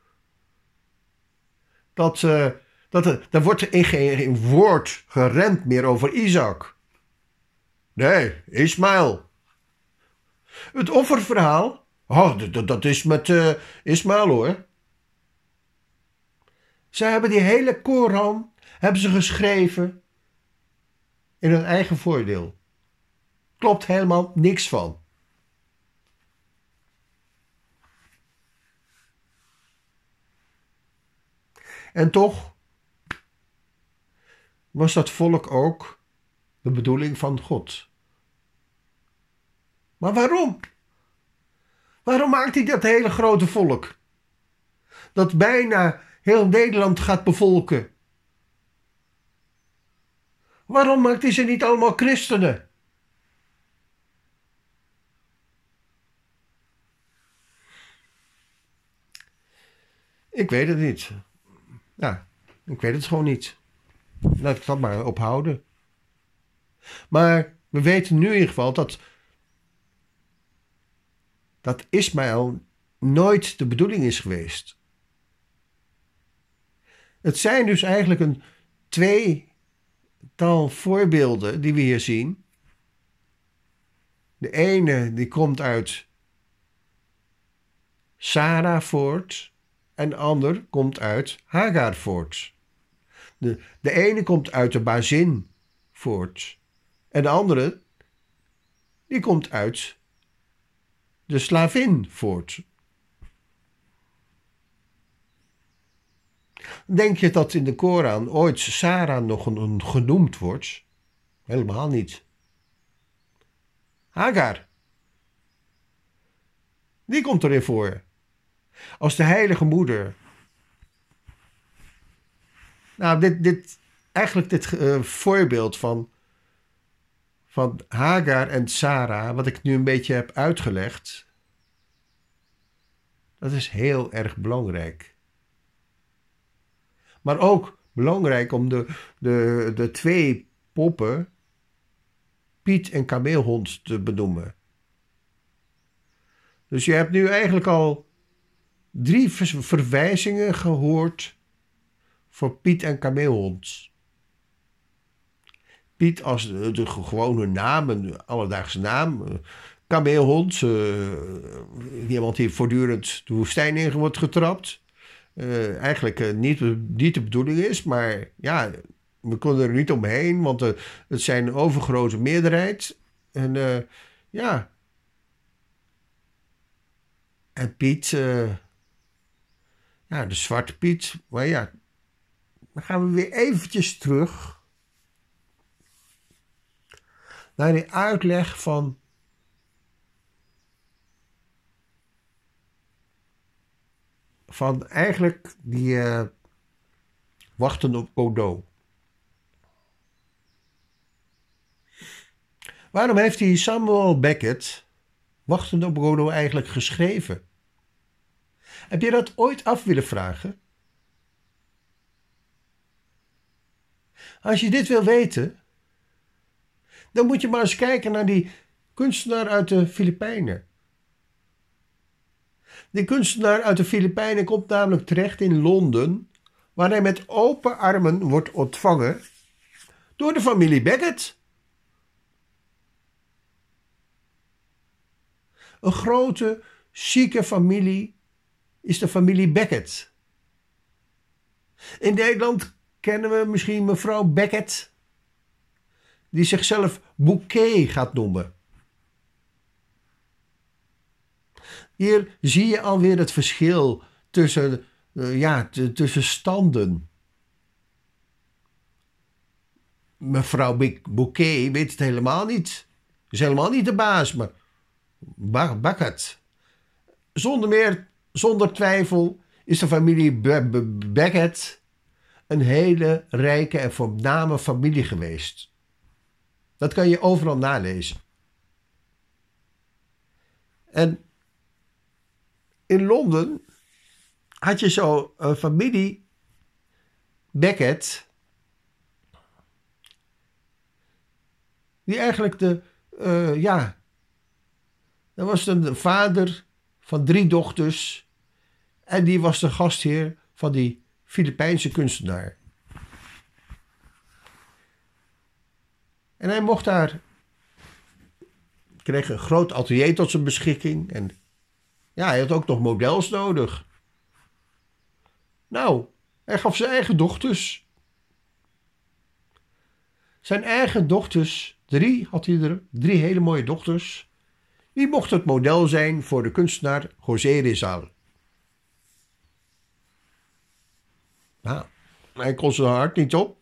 dat er wordt geen woord gerend meer over Isaac. Nee, Ismaël. Het offerverhaal, dat is met Ismaël hoor. Zij hebben die hele Koran geschreven in hun eigen voordeel. Klopt helemaal niks van. En toch was dat volk ook de bedoeling van God. Maar waarom? Waarom maakt hij dat hele grote volk? Dat bijna heel Nederland gaat bevolken. Waarom maakt hij ze niet allemaal christenen? Ik weet het niet. Ja, ik weet het gewoon niet. Laat ik dat maar ophouden. Maar we weten nu in ieder geval dat Ismaël nooit de bedoeling is geweest. Het zijn dus eigenlijk een tweetal voorbeelden die we hier zien. De ene die komt uit Sarah voort en de ander komt uit Hagar voort. De ene komt uit de bazin voort en de andere die komt uit de slavin voort. Denk je dat in de Koran ooit Sarah nog genoemd wordt? Helemaal niet. Hagar. Die komt erin voor. Als de heilige moeder. Nou, dit voorbeeld van Hagar en Sarah, wat ik nu een beetje heb uitgelegd, dat is heel erg belangrijk. Maar ook belangrijk om de twee poppen, Piet en Kameelhond, te benoemen. Dus je hebt nu eigenlijk al 3 verwijzingen gehoord voor Piet en Kameelhond. Piet als de gewone naam, een alledaagse naam. Kameelhond, iemand die voortdurend de woestijn in wordt getrapt. Eigenlijk niet de bedoeling is, maar ja, we kunnen er niet omheen, want het zijn een overgrote meerderheid. En ja. En Piet, ja, de Zwarte Piet. Maar ja, dan gaan we weer eventjes terug naar de uitleg van eigenlijk die wachten op Godot. Waarom heeft die Samuel Beckett wachten op Godot eigenlijk geschreven? Heb je dat ooit af willen vragen? Als je dit wil weten, dan moet je maar eens kijken naar die kunstenaar uit de Filipijnen. Die kunstenaar uit de Filipijnen komt namelijk terecht in Londen, waar hij met open armen wordt ontvangen door de familie Beckett. Een grote, chique familie is de familie Beckett. In Nederland kennen we misschien mevrouw Beckett, die zichzelf Bouquet gaat noemen. Hier zie je alweer het verschil tussen standen. Mevrouw Bouquet weet het helemaal niet. Is helemaal niet de baas, maar Beckett. Zonder twijfel is de familie Beckett een hele rijke en voorname familie geweest. Dat kan je overal nalezen. En in Londen had je zo een familie Beckett, die eigenlijk dat was een vader van 3 dochters en die was de gastheer van die Filipijnse kunstenaar. En hij mocht kreeg een groot atelier tot zijn beschikking en ja, hij had ook nog models nodig. Nou, hij gaf zijn eigen dochters. Zijn eigen dochters, 3 had hij er, 3 hele mooie dochters. Die mocht het model zijn voor de kunstenaar José Rizal. Nou, hij kon zijn hart niet op.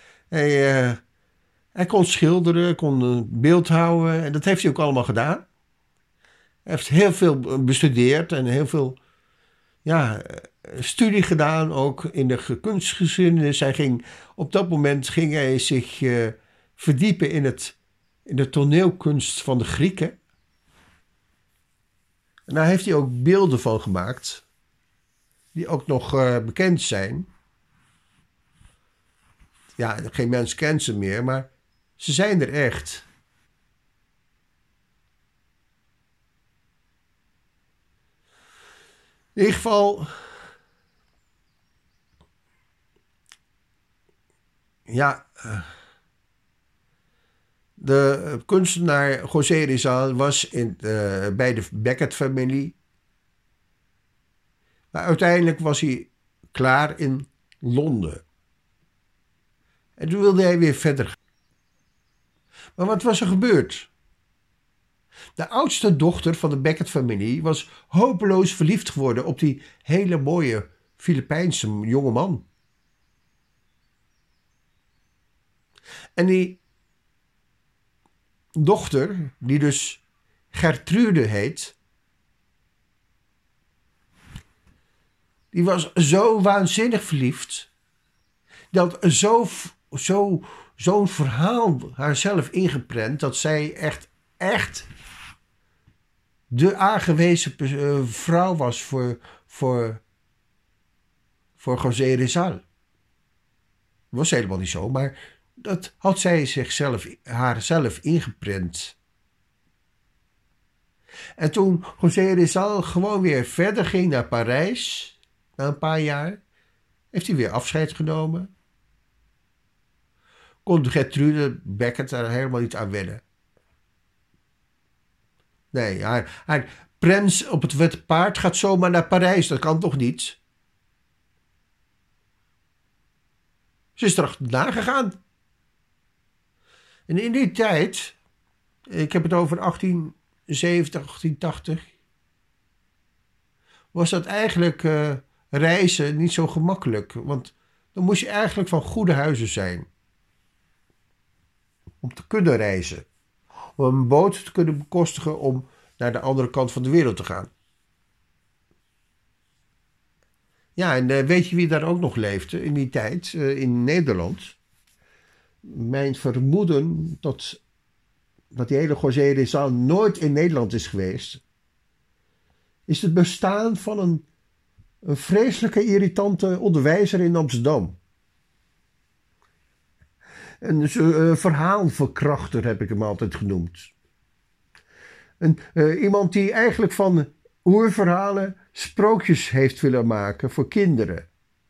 Hij kon schilderen, kon een beeld houden. En dat heeft hij ook allemaal gedaan. Hij heeft heel veel bestudeerd en heel veel studie gedaan. Ook in de kunstgeschiedenis. Op dat moment ging hij zich verdiepen in de toneelkunst van de Grieken. En daar heeft hij ook beelden van gemaakt. Die ook nog bekend zijn. Ja, geen mens kent ze meer, maar ze zijn er echt. In ieder geval, ja, de kunstenaar José Rizal was bij de Beckett-familie. Maar uiteindelijk was hij klaar in Londen. En toen wilde hij weer verder gaan. Maar wat was er gebeurd? De oudste dochter van de Beckett-familie was hopeloos verliefd geworden op die hele mooie Filipijnse jonge man. En die dochter, die dus Gertrude heet, die was zo waanzinnig verliefd, dat zo'n verhaal haarzelf ingeprent, dat zij echt de aangewezen vrouw was voor José Rizal. Dat was helemaal niet zo, maar dat had zij haarzelf ingeprent. En toen José Rizal gewoon weer verder ging naar Parijs, na een paar jaar, heeft hij weer afscheid genomen. Kon Gertrude Beckett daar helemaal niet aan wennen. Nee, haar prins op het witte paard gaat zomaar naar Parijs. Dat kan toch niet? Ze is er achterna gegaan. En in die tijd, ik heb het over 1870, 1880, was dat eigenlijk reizen niet zo gemakkelijk. Want dan moest je eigenlijk van goede huizen zijn. Om te kunnen reizen. Om een boot te kunnen bekostigen om naar de andere kant van de wereld te gaan. Ja, en weet je wie daar ook nog leefde in die tijd? In Nederland. Mijn vermoeden dat die hele José Rizal nooit in Nederland is geweest, is het bestaan van een vreselijke irritante onderwijzer in Amsterdam. Een verhaalverkrachter heb ik hem altijd genoemd. Iemand die eigenlijk van oerverhalen sprookjes heeft willen maken voor kinderen.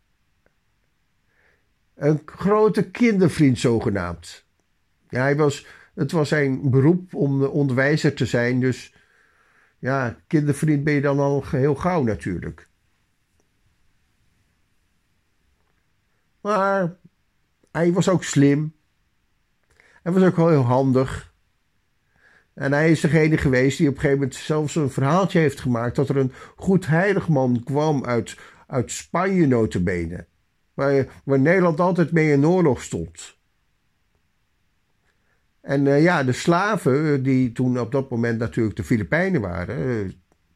Een grote kindervriend zogenaamd. Ja, het was zijn beroep om onderwijzer te zijn, dus ja, kindervriend ben je dan al heel gauw natuurlijk. Maar hij was ook slim. Hij was ook wel heel handig. En hij is degene geweest die op een gegeven moment zelfs een verhaaltje heeft gemaakt dat er een goed heiligman kwam uit Spanje nota bene. Waar Nederland altijd mee in oorlog stond. En de slaven, die toen op dat moment natuurlijk de Filipijnen waren,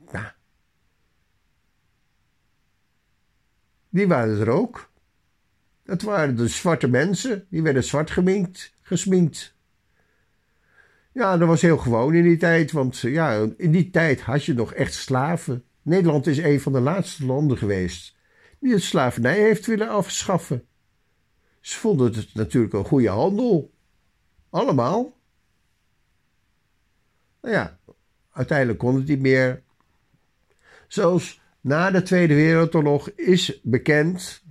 die waren er ook. Dat waren de zwarte mensen, die werden zwart gesminkt. Ja, dat was heel gewoon in die tijd, want in die tijd had je nog echt slaven. Nederland is een van de laatste landen geweest die het slavernij heeft willen afschaffen. Ze vonden het natuurlijk een goede handel. Allemaal. Nou ja, uiteindelijk kon het niet meer. Zelfs na de Tweede Wereldoorlog is bekend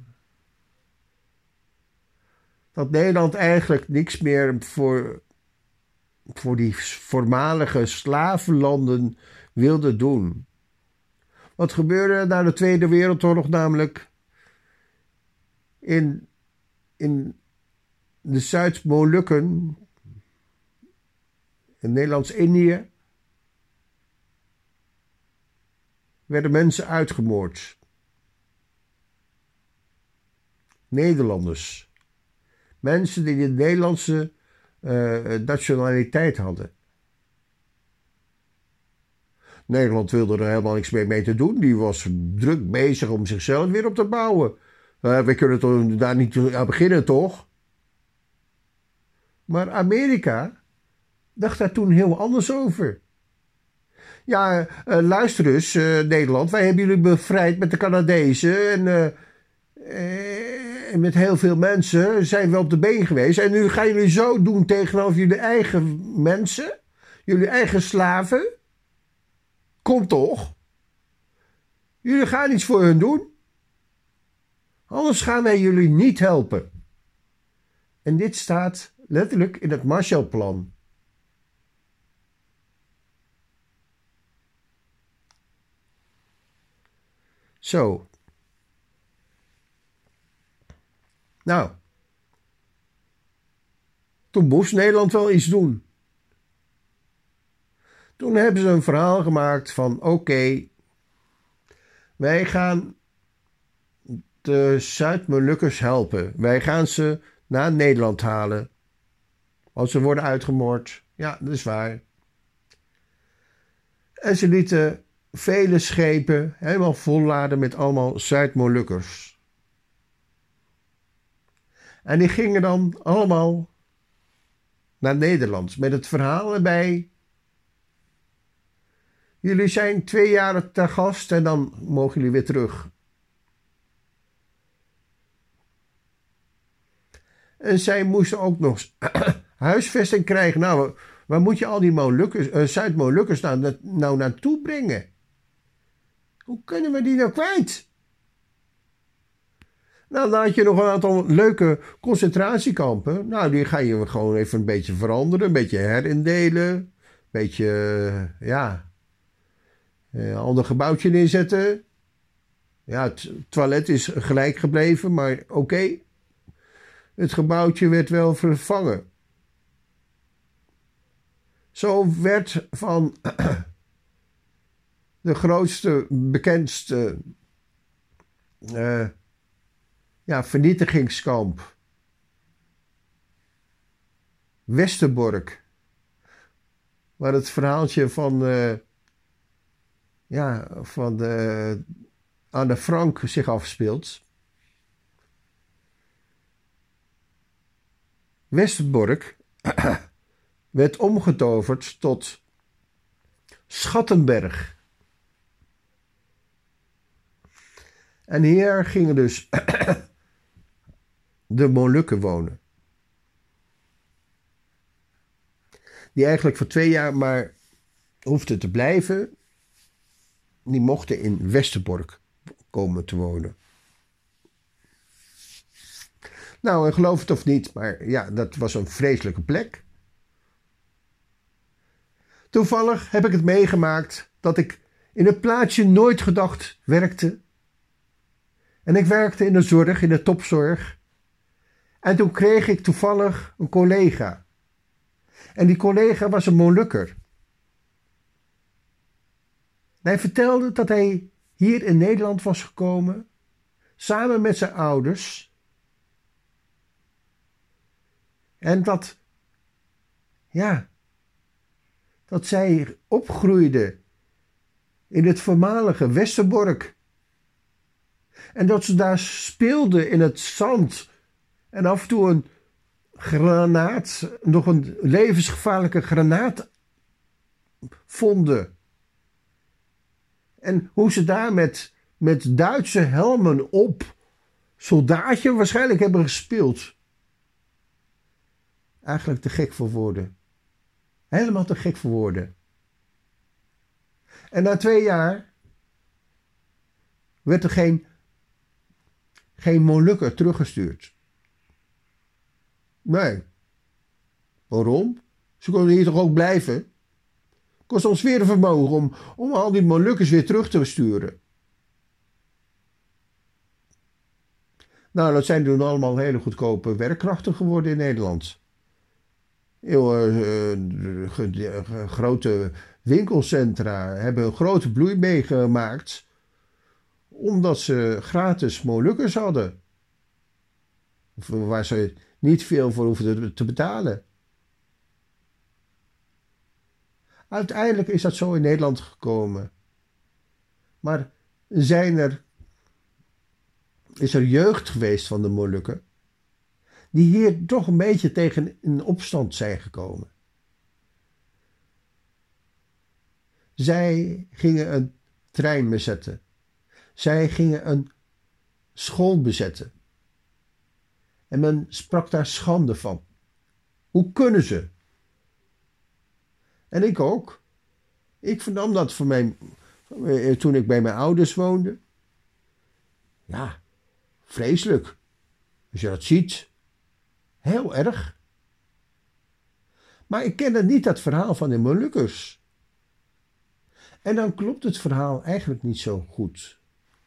dat Nederland eigenlijk niks meer voor die voormalige slavenlanden wilde doen. Wat gebeurde na de Tweede Wereldoorlog namelijk? In de Zuid-Molukken, in Nederlands-Indië, werden mensen uitgemoord. Nederlanders. Mensen die de Nederlandse nationaliteit hadden. Nederland wilde er helemaal niks mee te doen. Die was druk bezig om zichzelf weer op te bouwen. We kunnen toch daar niet aan beginnen, toch? Maar Amerika dacht daar toen heel anders over. Ja, luister eens, Nederland. Wij hebben jullie bevrijd met de Canadezen. En met heel veel mensen zijn we op de been geweest. En nu gaan jullie zo doen tegenover jullie eigen mensen. Jullie eigen slaven. Kom toch. Jullie gaan iets voor hun doen. Anders gaan wij jullie niet helpen. En dit staat letterlijk in het Marshallplan. Zo. Nou. Toen moest Nederland wel iets doen. Toen hebben ze een verhaal gemaakt van oké, wij gaan de Zuid-Molukkers helpen. Wij gaan ze naar Nederland halen. Als ze worden uitgemoord. Ja, dat is waar. En ze lieten vele schepen helemaal volladen met allemaal Zuid-Molukkers. En die gingen dan allemaal naar Nederland. Met het verhaal erbij. Jullie zijn 2 jaar ter gast en dan mogen jullie weer terug. En zij moesten ook nog huisvesting krijgen. Nou, waar moet je al die Zuid-Molukkers nou naartoe brengen? Hoe kunnen we die nou kwijt? Nou, dan had je nog een aantal leuke concentratiekampen. Nou, die ga je gewoon even een beetje veranderen. Een beetje herindelen. Een beetje, een ander gebouwtje neerzetten. Ja, het toilet is gelijk gebleven, maar oké. Het gebouwtje werd wel vervangen. Zo werd van de grootste, bekendste vernietigingskamp Westerbork, waar het verhaaltje van Anne Frank zich afspeelt. Westerbork werd omgetoverd tot Schattenberg. En hier gingen dus de Molukken wonen. Die eigenlijk voor 2 jaar maar hoefden te blijven. Die mochten in Westerbork komen te wonen. Nou, en geloof het of niet, maar ja, dat was een vreselijke plek. Toevallig heb ik het meegemaakt dat ik in het plaatsje Nooit Gedacht werkte. En ik werkte in de zorg, in de topzorg. En toen kreeg ik toevallig een collega. En die collega was een Molukker. En hij vertelde dat hij hier in Nederland was gekomen, samen met zijn ouders. En dat zij opgroeide in het voormalige Westerbork. En dat ze daar speelden in het zand. En af en toe een granaat, nog een levensgevaarlijke granaat vonden. En hoe ze daar met Duitse helmen op soldaatje waarschijnlijk hebben gespeeld. Eigenlijk te gek voor woorden. Helemaal te gek voor woorden. En na 2 jaar werd er geen Molukker teruggestuurd. Nee. Waarom? Ze konden hier toch ook blijven? Het kost ons weer een vermogen om al die Molukkers weer terug te sturen. Nou, dat zijn toen allemaal hele goedkope werkkrachten geworden in Nederland. Grote winkelcentra hebben een grote bloei meegemaakt, omdat ze gratis Molukkers hadden. waar ze niet veel voor hoefden te betalen. Uiteindelijk is dat zo in Nederland gekomen. Maar is er jeugd geweest van de Molukken, die hier toch een beetje tegen in opstand zijn gekomen. Zij gingen een trein bezetten. Zij gingen een school bezetten. En men sprak daar schande van. Hoe kunnen ze? En ik ook. Ik vernam dat toen ik bij mijn ouders woonde. Ja, vreselijk. Als je dat ziet. Heel erg. Maar ik kende niet dat verhaal van de Molukkers. En dan klopt het verhaal eigenlijk niet zo goed.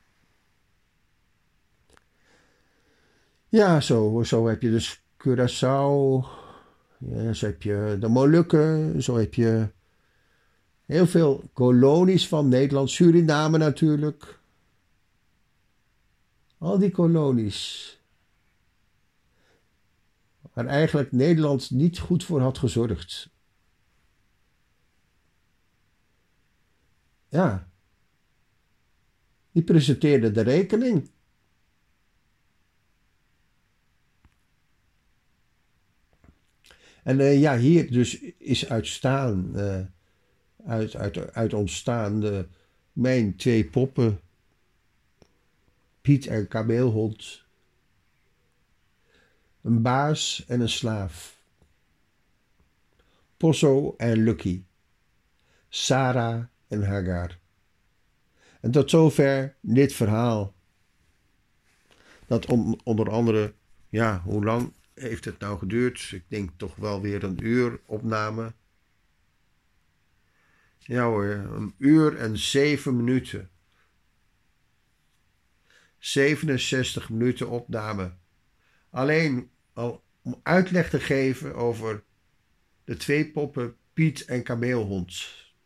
Ja, zo heb je dus Curaçao. Ja, zo heb je de Molukken. Zo heb je heel veel kolonies van Nederland. Suriname natuurlijk. Al die kolonies. Waar eigenlijk Nederland niet goed voor had gezorgd. Ja. Die presenteerde de rekening. En ja, hier dus is uit ontstaan mijn 2 poppen. Piet en Kameelhond. Een baas en een slaaf. Posso en Lucky. Sarah en Hagar. En tot zover dit verhaal. Dat onder andere, ja, hoe lang heeft het nou geduurd? Ik denk toch wel weer 1 uur opname. Ja hoor, 1 uur en 7 minuten. 67 minuten opname. Alleen al om uitleg te geven over de 2 poppen Piet en Kameelhond.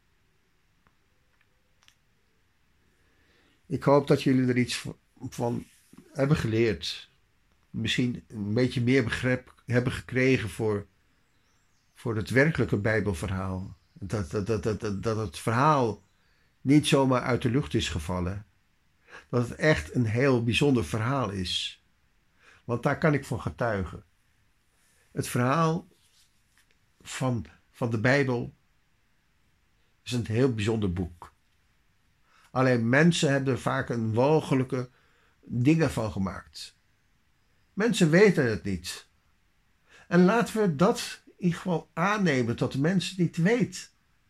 Ik hoop dat jullie er iets van hebben geleerd. Misschien een beetje meer begrip hebben gekregen voor het werkelijke Bijbelverhaal. Dat het verhaal niet zomaar uit de lucht is gevallen. Dat het echt een heel bijzonder verhaal is. Want daar kan ik van getuigen. Het verhaal van de Bijbel is een heel bijzonder boek. Alleen mensen hebben er vaak een walgelijke dingen van gemaakt. Mensen weten het niet. En laten we dat in ieder geval aannemen, dat de mens het niet weet.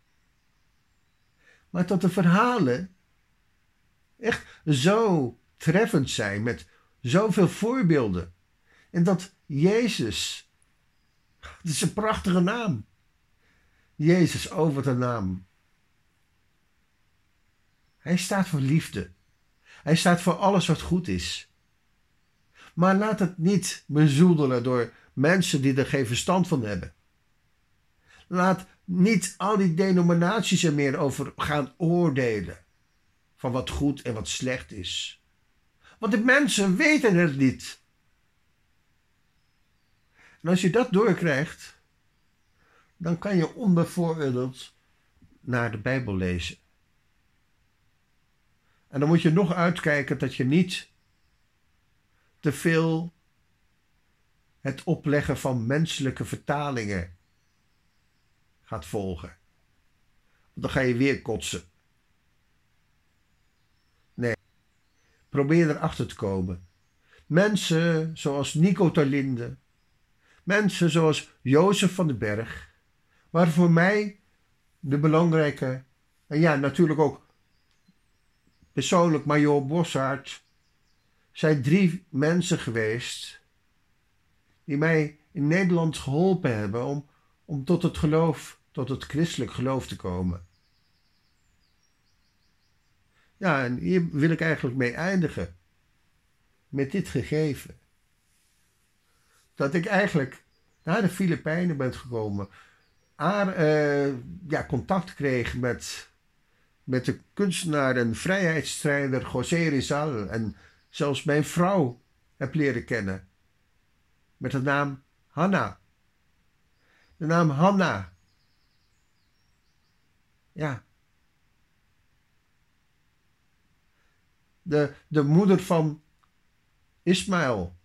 Maar dat de verhalen echt zo treffend zijn, met zoveel voorbeelden. En dat Jezus, het is een prachtige naam. Jezus, over de naam. Hij staat voor liefde. Hij staat voor alles wat goed is. Maar laat het niet bezoedelen door mensen die er geen verstand van hebben. Laat niet al die denominaties er meer over gaan oordelen. Van wat goed en wat slecht is. Want de mensen weten het niet. En als je dat doorkrijgt, dan kan je onbevooroordeeld naar de Bijbel lezen. En dan moet je nog uitkijken dat je niet te veel het opleggen van menselijke vertalingen gaat volgen. Want dan ga je weer kotsen. Nee, probeer erachter te komen. Mensen zoals Nico Terlinde, mensen zoals Jozef van den Berg, waren voor mij de belangrijke, en ja, natuurlijk ook persoonlijk Major Bossard, zijn 3 mensen geweest die mij in Nederland geholpen hebben om tot het geloof, tot het christelijk geloof te komen. Ja, en hier wil ik eigenlijk mee eindigen. Met dit gegeven. Dat ik eigenlijk naar de Filipijnen ben gekomen. Contact kreeg met de kunstenaar en vrijheidsstrijder José Rizal. En zelfs mijn vrouw heb leren kennen. met de naam Hanna. De naam Hanna. Ja. De moeder van Ismaël.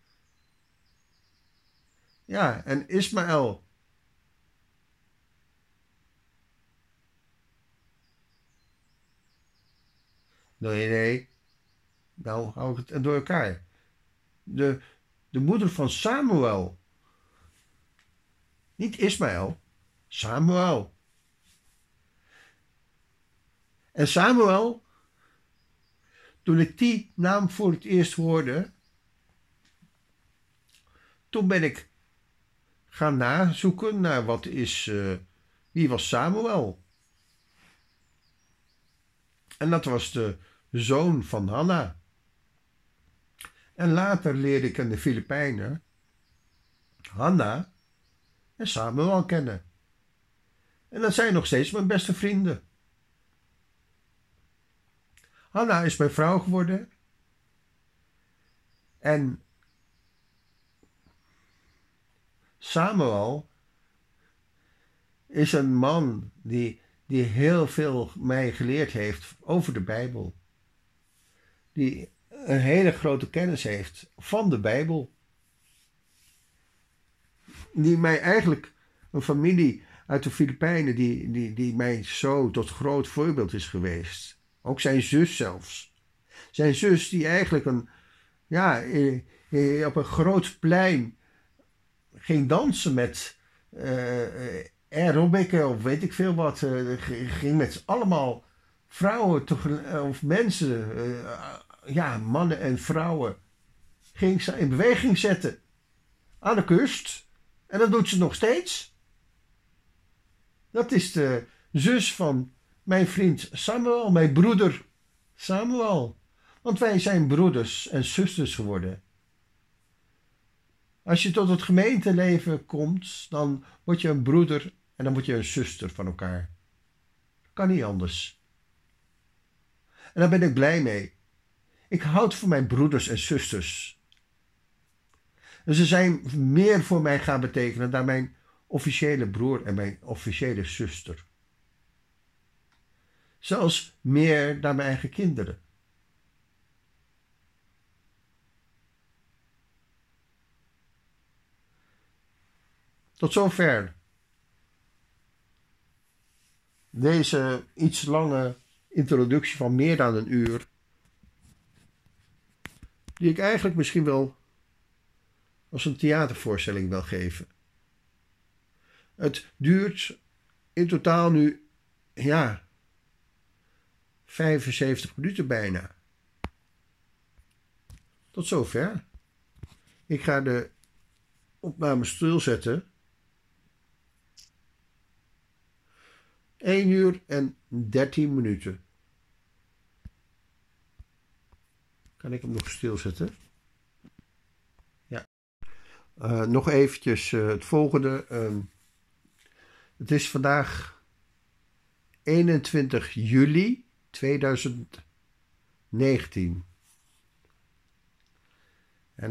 Ja, en Ismaël. Nee. Nou hou ik het door elkaar. De moeder van Samuel. Niet Ismaël. Samuel. En Samuel, toen ik die naam voor het eerst hoorde, toen ben ik gaan nazoeken naar wie was Samuel? En dat was de zoon van Hanna. En later leerde ik in de Filipijnen Hanna en Samuel kennen. En dat zijn nog steeds mijn beste vrienden. Hanna is mijn vrouw geworden. En Samuel is een man die heel veel mij geleerd heeft over de Bijbel. Die een hele grote kennis heeft van de Bijbel. Die mij eigenlijk, een familie uit de Filipijnen, die mij zo tot groot voorbeeld is geweest. Ook zijn zus zelfs. Zijn zus die eigenlijk op een groot plein ging dansen met aerobic of weet ik veel wat. Ging met allemaal vrouwen of mensen, mannen en vrouwen, ging ze in beweging zetten aan de kust. En dat doet ze nog steeds. Dat is de zus van mijn vriend Samuel, mijn broeder Samuel. Want wij zijn broeders en zusters geworden. Als je tot het gemeenteleven komt, dan word je een broeder en dan word je een zuster van elkaar. Kan niet anders. En daar ben ik blij mee. Ik houd van mijn broeders en zusters. En ze zijn meer voor mij gaan betekenen dan mijn officiële broer en mijn officiële zuster. Zelfs meer dan mijn eigen kinderen. Tot zover deze iets lange introductie van meer dan een uur, die ik eigenlijk misschien wel als een theatervoorstelling wil geven. Het duurt in totaal nu, 75 minuten bijna. Tot zover. Ik ga de opname stilzetten. 1 uur en 13 minuten. Kan ik hem nog stilzetten? Ja. Nog eventjes het volgende. Het is vandaag 21 juli 2019. En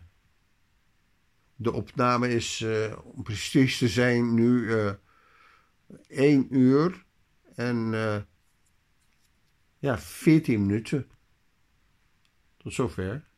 de opname is, om precies te zijn, nu 1 uur en 14 minuten. Tot zover.